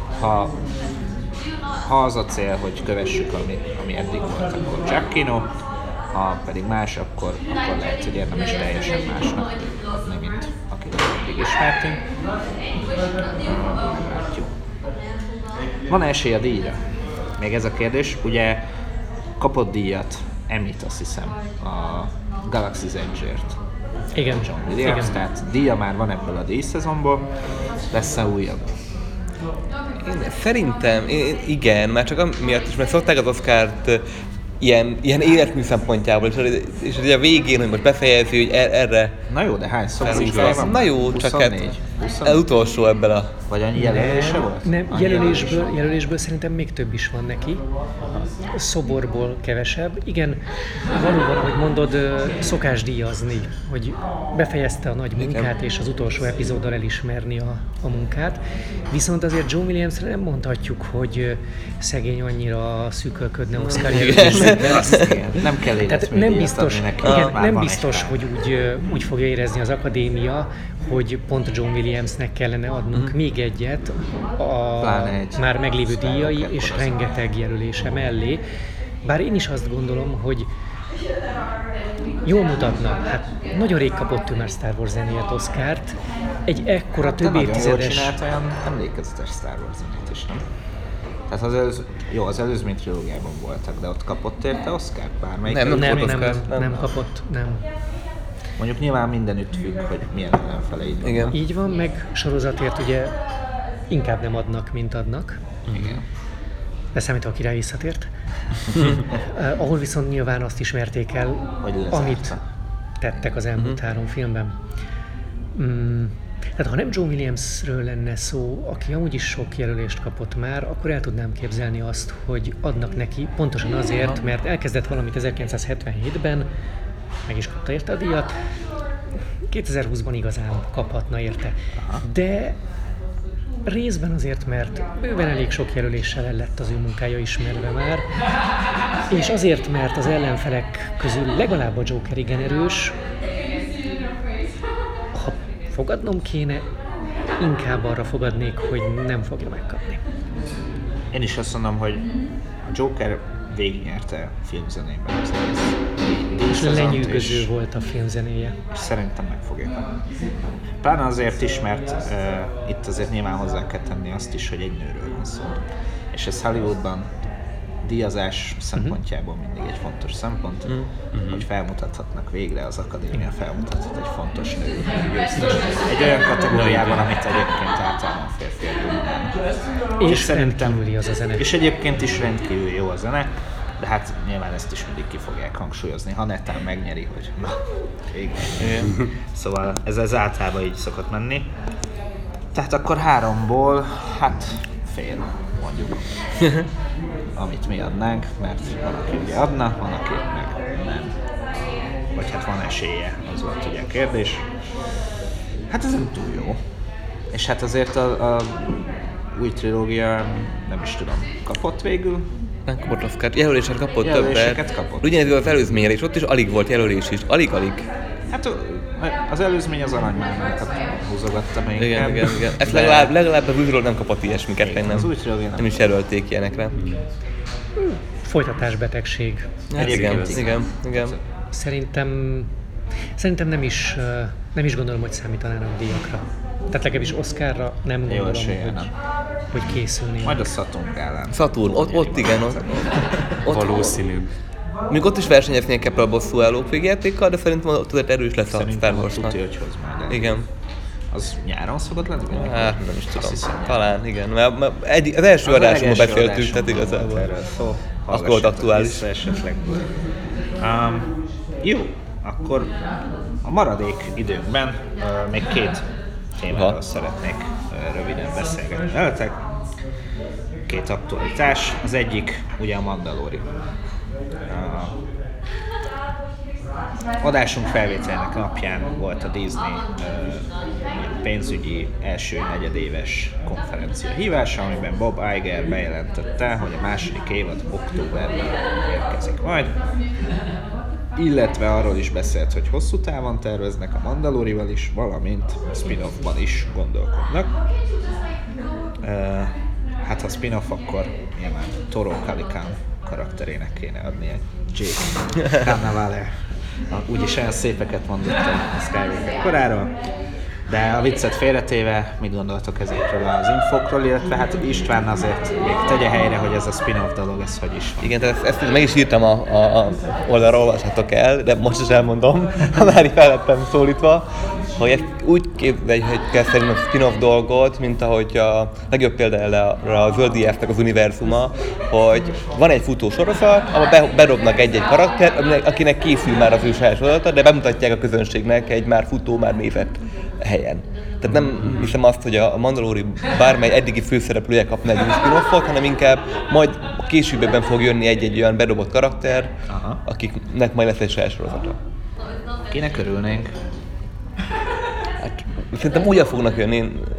ha az a cél, hogy kövessük, ami eddig volt, akkor Giacchino, ha pedig más, akkor lehet, hogy érdemes teljesen másnak adni, mint akit eddig ismertünk. Meglátjuk. Van esély a díjra? Még ez a kérdés. Ugye kapott díjat, Emmyt azt hiszem, a Galaxy's Edge-ért. Igen, John Williams, igen. tehát díja már van ebből a díjszezonból, lesz-e újabb? Szerintem igen, már csak amiatt is, mert szokták az Oscart ilyen életmű szempontjából, és ugye a végén, hogy most befejezi, hogy erre Na jó, de hány felhúzza. szó van? Na jó, csak 24? az utolsó ebben a... Vagy annyi jelölése volt? Nem, Annyi jelölésből szerintem még több is van neki. Szoborból kevesebb. Igen, valóban, ahogy mondod, szokás díjazni, hogy befejezte a nagy munkát, és az utolsó epizóddal elismerni a munkát. Viszont azért John Williamsre nem mondhatjuk, hogy szegény annyira szűkölködne Oscar jelölésben. Azt igen, nem kell életmű Nem díjat biztos, adni neki, igen, már nem van biztos, egy hogy úgy fogja érezni az akadémia, hogy pont John Williamsnek kellene adnunk még egyet a Pláne egy már meglévő Oscar díjai ekkora és szám. rengeteg jelölése mellé. Bár én is azt gondolom, hogy jól mutatna, hát nagyon rég kapott ő már Star Wars zenéért Oscart, egy ekkora De több nagyon jól évtizedes... csinált olyan emlékezetes Star Wars zenét is, nem? Tehát az előzmény trilógiában voltak, de ott kapott érte Oscar bármelyik? Nem, Nem, kapott nem, Oscart, nem kapott, nem. Mondjuk nyilván mindenütt függ, hogy milyen ellenfeleid vannak. Igen. Így van, meg sorozatért ugye inkább nem adnak, mint adnak. Igen. Leszámítva a Király visszatért. Ahol viszont nyilván azt ismerték el, Hogy lezárta. amit tettek az elmúlt 3 filmben. Tehát ha nem John Williamsről lenne szó, aki amúgy is sok jelölést kapott már, akkor el tudnám képzelni azt, hogy adnak neki pontosan azért, mert elkezdett valamit 1977-ben, meg is kapta érte a díjat, 2020-ban igazán kaphatna érte. De részben azért, mert bőven elég sok jelöléssel el lett az ő munkája ismerve már, és azért, mert az ellenfelek közül legalább a Joker igen erős, ha fogadnom kéne, inkább arra fogadnék, hogy nem fogja megkapni. Én is azt mondom, hogy a Joker végignyerte filmzenében az egész És díjszezont, lenyűgöző volt a filmzenéje. és szerintem meg fogja kapni. Pláne azért is, mert itt azért nyilván hozzá kell tenni azt is, hogy egy nőről van szó. És ez Hollywoodban díjazás szempontjából mindig egy fontos szempont, hogy felmutathatnak végre, az akadémia felmutathat egy fontos nő győztes. Egy olyan kategóriában, amit egyébként általában férfiak dominálnak. És rendkívüli az a zene. És egyébként is rendkívül jó a zene, de hát nyilván ezt is mindig ki fogják hangsúlyozni, ha netán megnyeri, hogy na, végül. Szóval ez általában így szokott menni. Tehát akkor 3-ból, hát fél, mondjuk, amit mi adnánk, mert van, aki ugye adna, van, aki meg nem. Vagy hát van esélye, az volt ugye a kérdés. Hát ez nem túl jó. És hát azért a új trilógia, nem is tudom, kapott végül? Nem kapott Oscart, jelöléseket kapott Jelöléseket többet. kapott. Ugyanez az előzményre is, ott is alig volt jelölés is. Alig-alig. Hát az előzmény az aranymálmákat húzogatta még. Igen. Ezt legalább a Újról nem kapott ilyesmiket, meg Az nem. új trilógia Nem is jelölték ilyenekre. Folytatásbetegség. Hát igen. Szerintem nem is gondolom, hogy számítanának díjakra. Tehát legalábbis Oscarra nem Jó gondolom, eséllyel nem. hogy készülnének. Majd a Saturn gálán. Saturn, ott igen, ott Valószínűbb. még ott is versenyeznie kell a bosszúállók végjátékkal, de szerintem ott azért erős lesz a Star Szerintem ott Warsnak. tudja, hogy hoz majd el. Igen. Az nyáron szokott lenni? Hát nem is tudom. hiszem, Talán, igen. Mert az első adásunkban beszéltünk, tehát igazából. Az volt aktuális. Vissza esetleg. Jó, akkor a maradék időnkben még két témáról szeretnék röviden beszélgetni veletek. Két aktualitás. Az egyik ugye a Mandalorian. Adásunk felvételnek napján volt a Disney pénzügyi első negyedéves konferencia hívása, amiben Bob Iger bejelentette, hogy a második évad októberben érkezik majd. Illetve arról is beszélt, hogy hosszú távon terveznek a Mandalorival is, valamint a spin-offban is gondolkodnak. Hát ha spin-off, akkor nyilván Toro Calican karakterének kéne adni egy Jake Cannavale. Úgyis olyan szépeket mondott a Skywalker koráról. De a viccet félretéve, mit gondoltok ezekről az infokról, illetve hát István azért még tegye helyre, hogy ez a spin-off dolog, ez hogy is van. Igen, tehát ezt meg is írtam a oldalra, olvashatok el, de most is elmondom, ha már így fel lettem szólítva, hogy ezt úgy képzelj, hogy kell szerintem a spin-off dolgot, mint ahogy a legjobb példa erre a Zöld az univerzuma, hogy van egy futó sorozat, ahol bedobnak egy-egy karakter, akinek készül már az ő saját sorozata, de bemutatják a közönségnek egy már futó, már nézett helyen. Tehát nem hiszem azt, hogy a Mandalori bármely eddigi főszereplője kapna egy új spin-offot, hanem inkább majd későbbben fog jönni egy-egy olyan bedobott karakter, akiknek majd lesz egy saját sorozata. Kinek örülnénk? Hát, szerintem újra fognak jönni.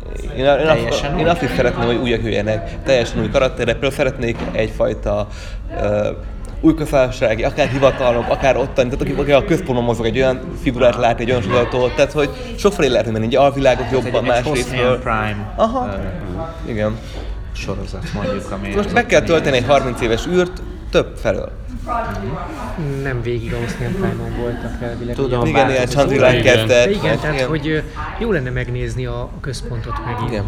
Én azt is szeretném, hogy újak jöjjenek. Teljesen új karakterek. Például szeretnék egyfajta új köztársasági, akár hivatalnok, akár ottani, tehát akik a központban mozog, egy olyan figurát látni, egy olyan sorozatot, tehát hogy sokfelé lehet menni, egy alvilágok jobban, másrésztről. Prime Igen. sorozat mondjuk, ami... Most meg kell tölteni egy 30 éves űrt több felől. Nem végig a Hosnian Prime-on voltak elvileg. Tudom, Igen, ilyen Chandrilán kezdett. De igen, tehát hogy jó lenne megnézni a központot megint. Igen.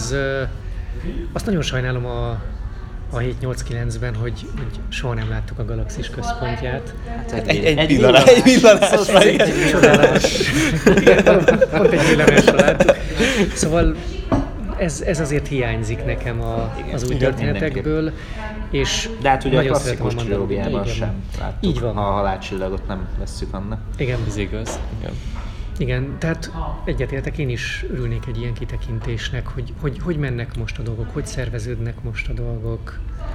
Azt nagyon sajnálom a 7-8-9-ben, hogy soha nem láttuk a galaxis központját. Egy villanásra. Csodálatos. Pont egy villanásra láttuk. Szóval ez azért hiányzik nekem az új történetekből. És de hát ugye a nagyon klasszikus szeretem trilógiában Igen. sem láttuk. Így van. Ha a halálcsillagot nem vesszük annak. Igen. Ez igaz. Igen, tehát egyetértek, én is örülnék egy ilyen kitekintésnek, hogy mennek most a dolgok, hogy szerveződnek most a dolgok.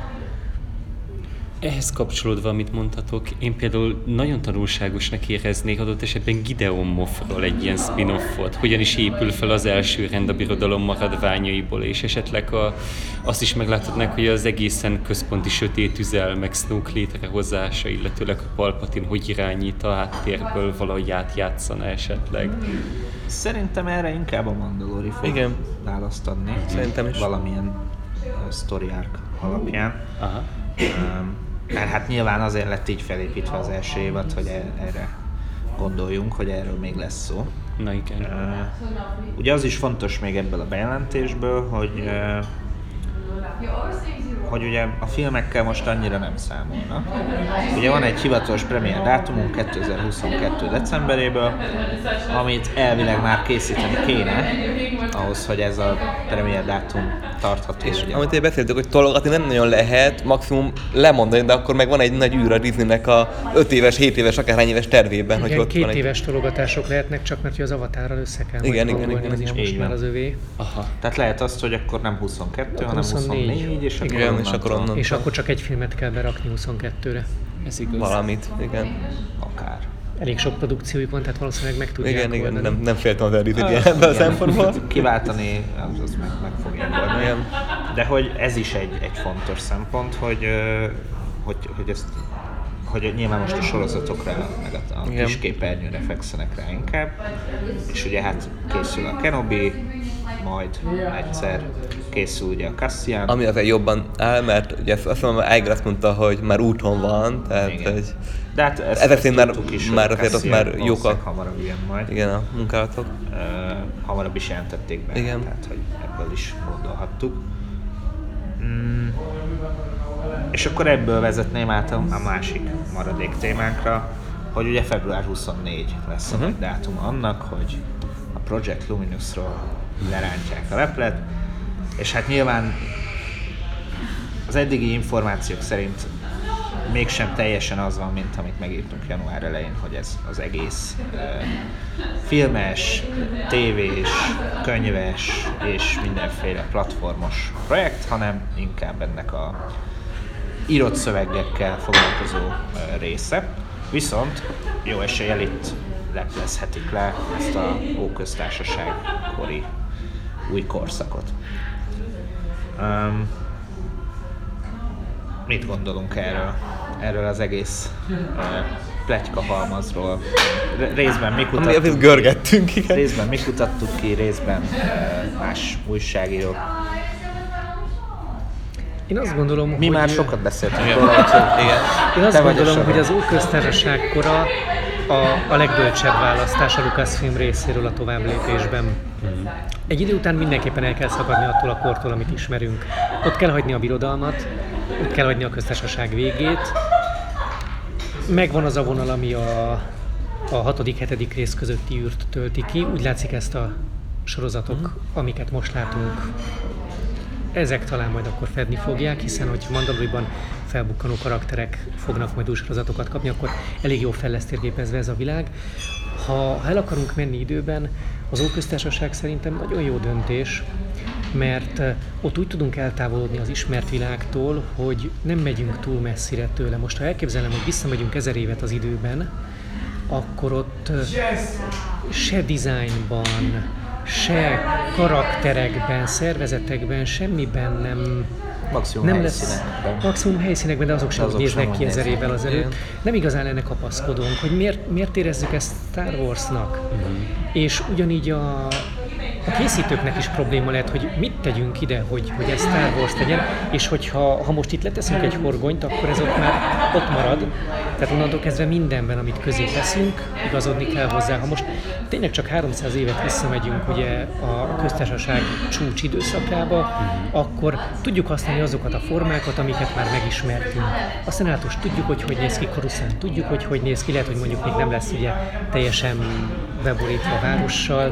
Ehhez kapcsolódva, amit mondhatok, én például nagyon tanulságosnak éreznék adott esetben Gideon Moffról egy ilyen spin-offot, hogyan is épül fel az első rend a birodalom maradványaiból, és esetleg azt is megláthatnánk, hogy az egészen központi sötét üzel, meg Snoke létrehozása, illetőleg a Palpatine hogy irányít a háttérből, valahogy átjátszana esetleg. Szerintem erre inkább a Mandalori fog választ adni. Szerintem is. Valamilyen story arc alapján. Aha. Mert hát nyilván azért lett így felépítve az első évad, hogy erre gondoljunk, hogy erről még lesz szó. Na igen. Ugye az is fontos még ebből a bejelentésből, hogy ugye a filmekkel most annyira nem számolnak. Ugye van egy hivatalos premier dátumunk 2022. decemberéből, amit elvileg már készíteni kéne, ahhoz, hogy ez a premier dátum tartható. És amit én beszéltük, hogy tologatni nem nagyon lehet, maximum lemondani, de akkor meg van egy nagy űr a Disneynek a 5 éves, 7 éves, akárhány éves tervében. Igen, hogy ott 2 van éves tologatások lehetnek, csak mert az Avatarral össze kell Igen, majd hangolni, igen, az is igen. most Így már van. az övé. Aha. Tehát lehet azt, hogy akkor nem 22, hanem 24. 24, és akkor Igen, és akkor onnan. És akkor csak egy filmet kell berakni 22-re. Ez igaz. Valamit, igen. akár. Elég sok produkciójuk van, tehát valószínűleg meg tudják Igen, oldani. nem féltem az Disney ebből a szempontból. Kiváltani, az meg fogja oldani. Igen. De hogy ez is egy fontos szempont, hogy hogy nyilván most a sorozatokra, meg a kisképernyőre fekszenek rá inkább, és ugye hát készül a Kenobi, majd egyszer készül ugye a Cassian. Ami azért jobban áll, mert ugye azt mondom, Iger azt mondta, hogy már úton van, tehát igen. hogy De hát ezek szerint már azért ott már jók hamarabb jön majd. Igen, a munkálatok. Hamarabb is jelentették be, igen. Tehát hogy ebből is gondolhattuk. És akkor ebből vezetném át a másik maradék témánkra, hogy ugye február 24 lesz a nagy dátum annak, hogy a Project Luminous-ról lerántják a leplet, és hát nyilván az eddigi információk szerint mégsem teljesen az van, mint amit megírtunk január elején, hogy ez az egész filmes, tévés, könyves és mindenféle platformos projekt, hanem inkább ennek a írott szövegekkel foglalkozó része. Viszont jó eséllyel itt leplezhetik le ezt a Óköztársaság kori új korszakot. Mit gondolunk erről az egész pletyka halmazról? Részben mi kutattuk görgettünk, igen. Részben mi kutattuk ki, részben más újságírók. Én azt gondolom, mi hogy... már sokat beszéltünk róla, igen. Én azt gondolom, hogy az Óköztársaság kora a legbölcsebb választás a Lucasfilm részéről a továbblépésben. Egy idő után mindenképpen el kell szakadni attól a kortól, amit ismerünk. Ott kell hagyni a birodalmat, ott kell hagyni a köztársaság végét. Megvan az a vonal, ami a 6.-7. rész közötti űrt tölti ki. Úgy látszik, ezt a sorozatok, amiket most látunk, ezek talán majd akkor fedni fogják, hiszen hogy Mandalorianban felbukkanó karakterek fognak majd új sorozatokat kapni, akkor elég jól fel lesz térképezve ez a világ. Ha el akarunk menni időben, az Óköztársaság szerintem nagyon jó döntés, mert ott úgy tudunk eltávolodni az ismert világtól, hogy nem megyünk túl messzire tőle. Most ha elképzelem, hogy visszamegyünk 1000 évet az időben, akkor ott se dizájnban, se karakterekben, szervezetekben, semmiben nem lesz maximum helyszínekben, de azok sem úgy néznek ki 1000 évvel azelőtt. Nem igazán lenne kapaszkodónk, hogy miért érezzük ezt Star Warsnak. És ugyanígy a készítőknek is probléma lehet, hogy mit tegyünk ide, hogy ez Star Wars legyen, és hogyha most itt leteszünk egy horgonyt, akkor ez ott marad. Tehát onnantól kezdve mindenben, amit közé teszünk, igazodni kell hozzá. Ha most tényleg csak 300 évet visszamegyünk ugye a köztársaság csúcs időszakába, akkor tudjuk használni azokat a formákat, amiket már megismertünk. A szenátus tudjuk, hogy néz ki, Coruscant tudjuk, hogy néz ki, lehet, hogy mondjuk még nem lesz ugye teljesen beborítva a várossal,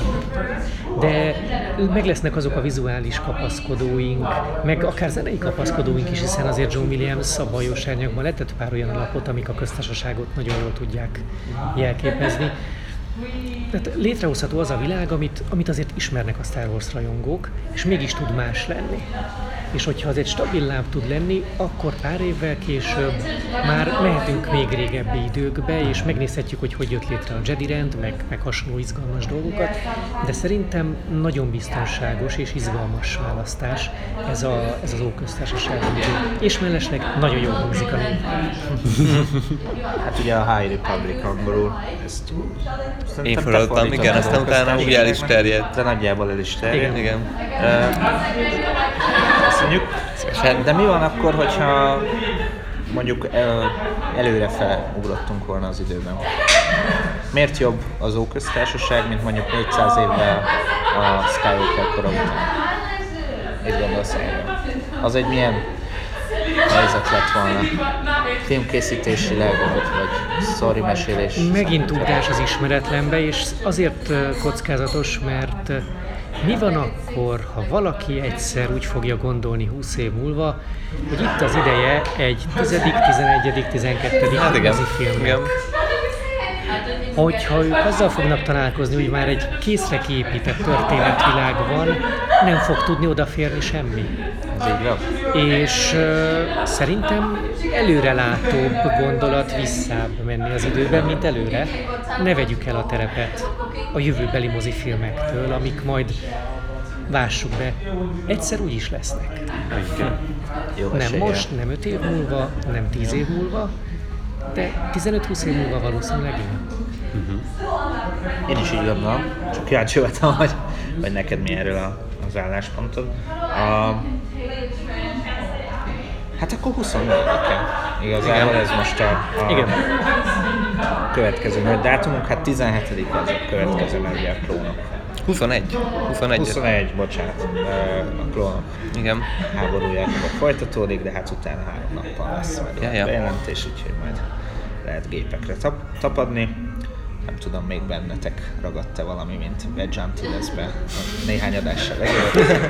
de meg lesznek azok a vizuális kapaszkodóink, meg akár zenei kapaszkodóink is, hiszen azért John Williams a Bajós Árnyakban letett pár olyan alapot, amik a köztársaságot nagyon jól tudják jelképezni. Tehát létrehozható az a világ, amit azért ismernek a Star Wars rajongók, és mégis tud más lenni. És hogyha azért stabil láb tud lenni, akkor pár évvel később már mehetünk még régebbi időkbe, és megnézhetjük, hogy jött létre a Jedi rend, meg hasonló izgalmas dolgokat, de szerintem nagyon biztonságos és izgalmas választás ez az Óköztársaság idő. És mellesleg nagyon jól hangzik a név. Hát ugye a High Republic angolul, ezt én feladtam, igen, aztán utána úgy el is terjedt. De nagyjából el is terjedt. Igen. Köszönjük. De mi van akkor, hogyha mondjuk előrefele ugrottunk volna az időben? Miért jobb az Óköztársaság, mint mondjuk 400 évvel a Skywalker kora után? Mit gondolsz erről? Az egy milyen helyzet lett volna? Filmkészítésileg, vagy sztori mesélés? Megint ugrás az ismeretlenbe, és azért kockázatos, mert mi van akkor, ha valaki egyszer úgy fogja gondolni 20 év múlva, hogy itt az ideje egy 10., 11., 12. filmnek? Hogyha ők azzal fognak találkozni, hogy már egy készre kiépített történetvilág van, nem fog tudni odaférni semmi. És szerintem előrelátóbb gondolat visszább menni az időben, mint előre. Ne vegyük el a terepet a jövőbeli mozifilmektől, amik majd vássuk be, egyszer úgy is lesznek. Jó Nem eséllyel. most, nem 5 év múlva, nem 10 év múlva, de 15-20 év múlva valószínűleg igen. Én is így gondolom, csak kíváncsi voltam, hogy neked mi erről az álláspontod. Hát akkor 24-en. Igazából ez most a Igen. következő nagy dátumunk, hát 17 az a következő, mert ugye a klónok. 21. 21, bocsánat, a klónok Igen. háborúja folytatódik, de hát utána 3 nappal lesz majd a bejelentés, úgyhogy majd lehet gépekre tapadni. Nem tudom, még bennetek ragadt-e valami, mint Wedge Antilles-be néhány adással ezelőtt.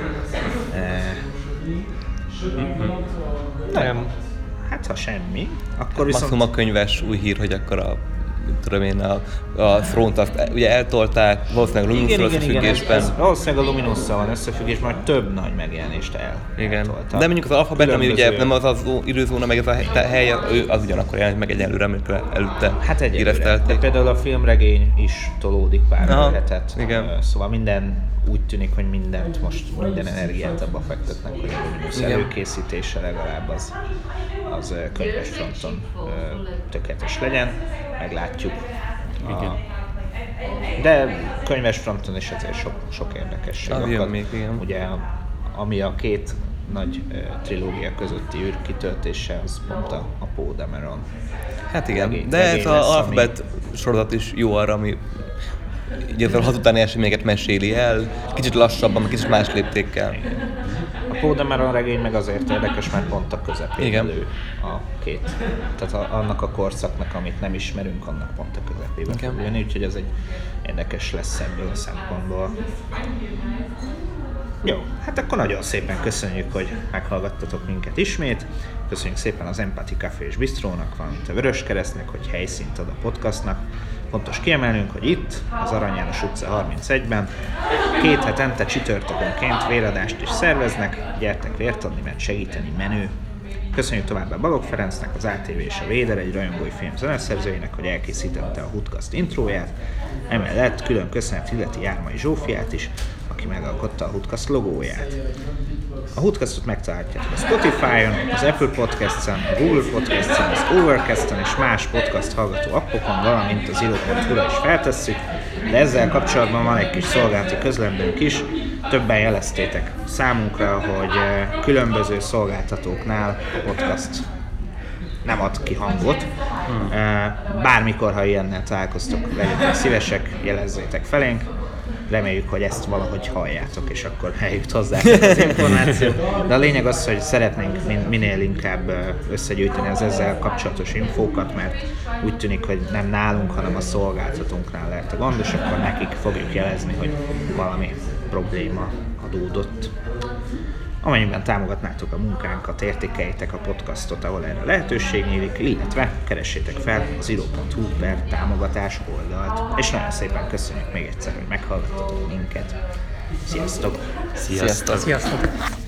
Nem. Hát ha semmi, akkor viszont... Maximum a könyves új hír, hogy akkor tudom én, a Throne-t azt ugye eltolták, valószínűleg a Luminusszal összefüggésben. Ez valószínűleg a Luminusszal van összefüggésben, hogy több nagy megjelenést eltoltak. De mondjuk az Alphabet, ami ugye Különböző- nem az időzóna, meg ez a hely, ő az ugyanakkor jelent meg egyelőre, amikor előtte Hát egyelőre. De éreztelték. például a filmregény is tolódik pár Aha, hetet. igen. Szóval minden úgy tűnik, hogy minden energiát abba fektetnek, hogy a Luminus Igen. előkészítése legalább az könyves fronton tökéletes legyen. Meglátjuk. Igen. De könyves fronton is azért sok érdekesség Az jön akad. még, igen. Ugye ami a két nagy trilógia közötti űr kitöltése, az pont a Poe Dameron. Hát igen, regény de ez lesz, az Alphabet sorozat is jó arra, ami ugye ezzel a hazutáni eseményeket meséli el, kicsit lassabban, kicsit más léptékkel. A Poe Dameron regény meg azért érdekes, mert pont a közepén Igen. lő a két. Tehát annak a korszaknak, amit nem ismerünk, annak pont a közepébe Igen. fog jönni, úgyhogy ez egy érdekes lesz ebből a szempontból. Jó, hát akkor nagyon szépen köszönjük, hogy meghallgattatok minket ismét. Köszönjük szépen az Empathy Café és Bistrónak, valamint a Vöröskeresztnek, hogy helyszínt ad a podcastnak. Fontos kiemelnünk, hogy itt, az Arany János utca 31-ben 2 hetente csütörtökönként véradást is szerveznek. Gyertek vért adni, mert segíteni menő. Köszönjük továbbá Balogh Ferencnek, az ATV és a Véder, egy rajongói film zeneszerzőjének, hogy elkészítette a Hoodcast intróját. Emellett külön köszönet illeti Jármai Zsófiát is, aki megalkotta a Hoodcast logóját. A Hoodcastot megtalálhatjátok a Spotify-on, az Apple Podcasts-en, a Google Podcasts-en, az Overcast-en és más podcast hallgató appokon, valamint az iro.hu-ra is feltesszük, de ezzel kapcsolatban van egy kis szolgálati közlendőnk is. Többen jeleztétek számunkra, hogy különböző szolgáltatóknál a podcast nem ad ki hangot. Bármikor, ha ilyennel találkoztok, legyetek szívesek, jelezzétek felénk. Reméljük, hogy ezt valahogy halljátok, és akkor eljut hozzá az információ. De a lényeg az, hogy szeretnénk minél inkább összegyűjteni az ezzel kapcsolatos infókat, mert úgy tűnik, hogy nem nálunk, hanem a szolgáltatónknál lehet a gond, és akkor nekik fogjuk jelezni, hogy valami probléma adódott. Amennyiben támogatnátok a munkánkat, értékeljétek a podcastot, ahol erre lehetőség nyílik, illetve keressétek fel az iro.hu/támogatás oldalt. És nagyon szépen köszönjük még egyszer, hogy meghallgattatok minket. Sziasztok! Sziasztok! Sziasztok!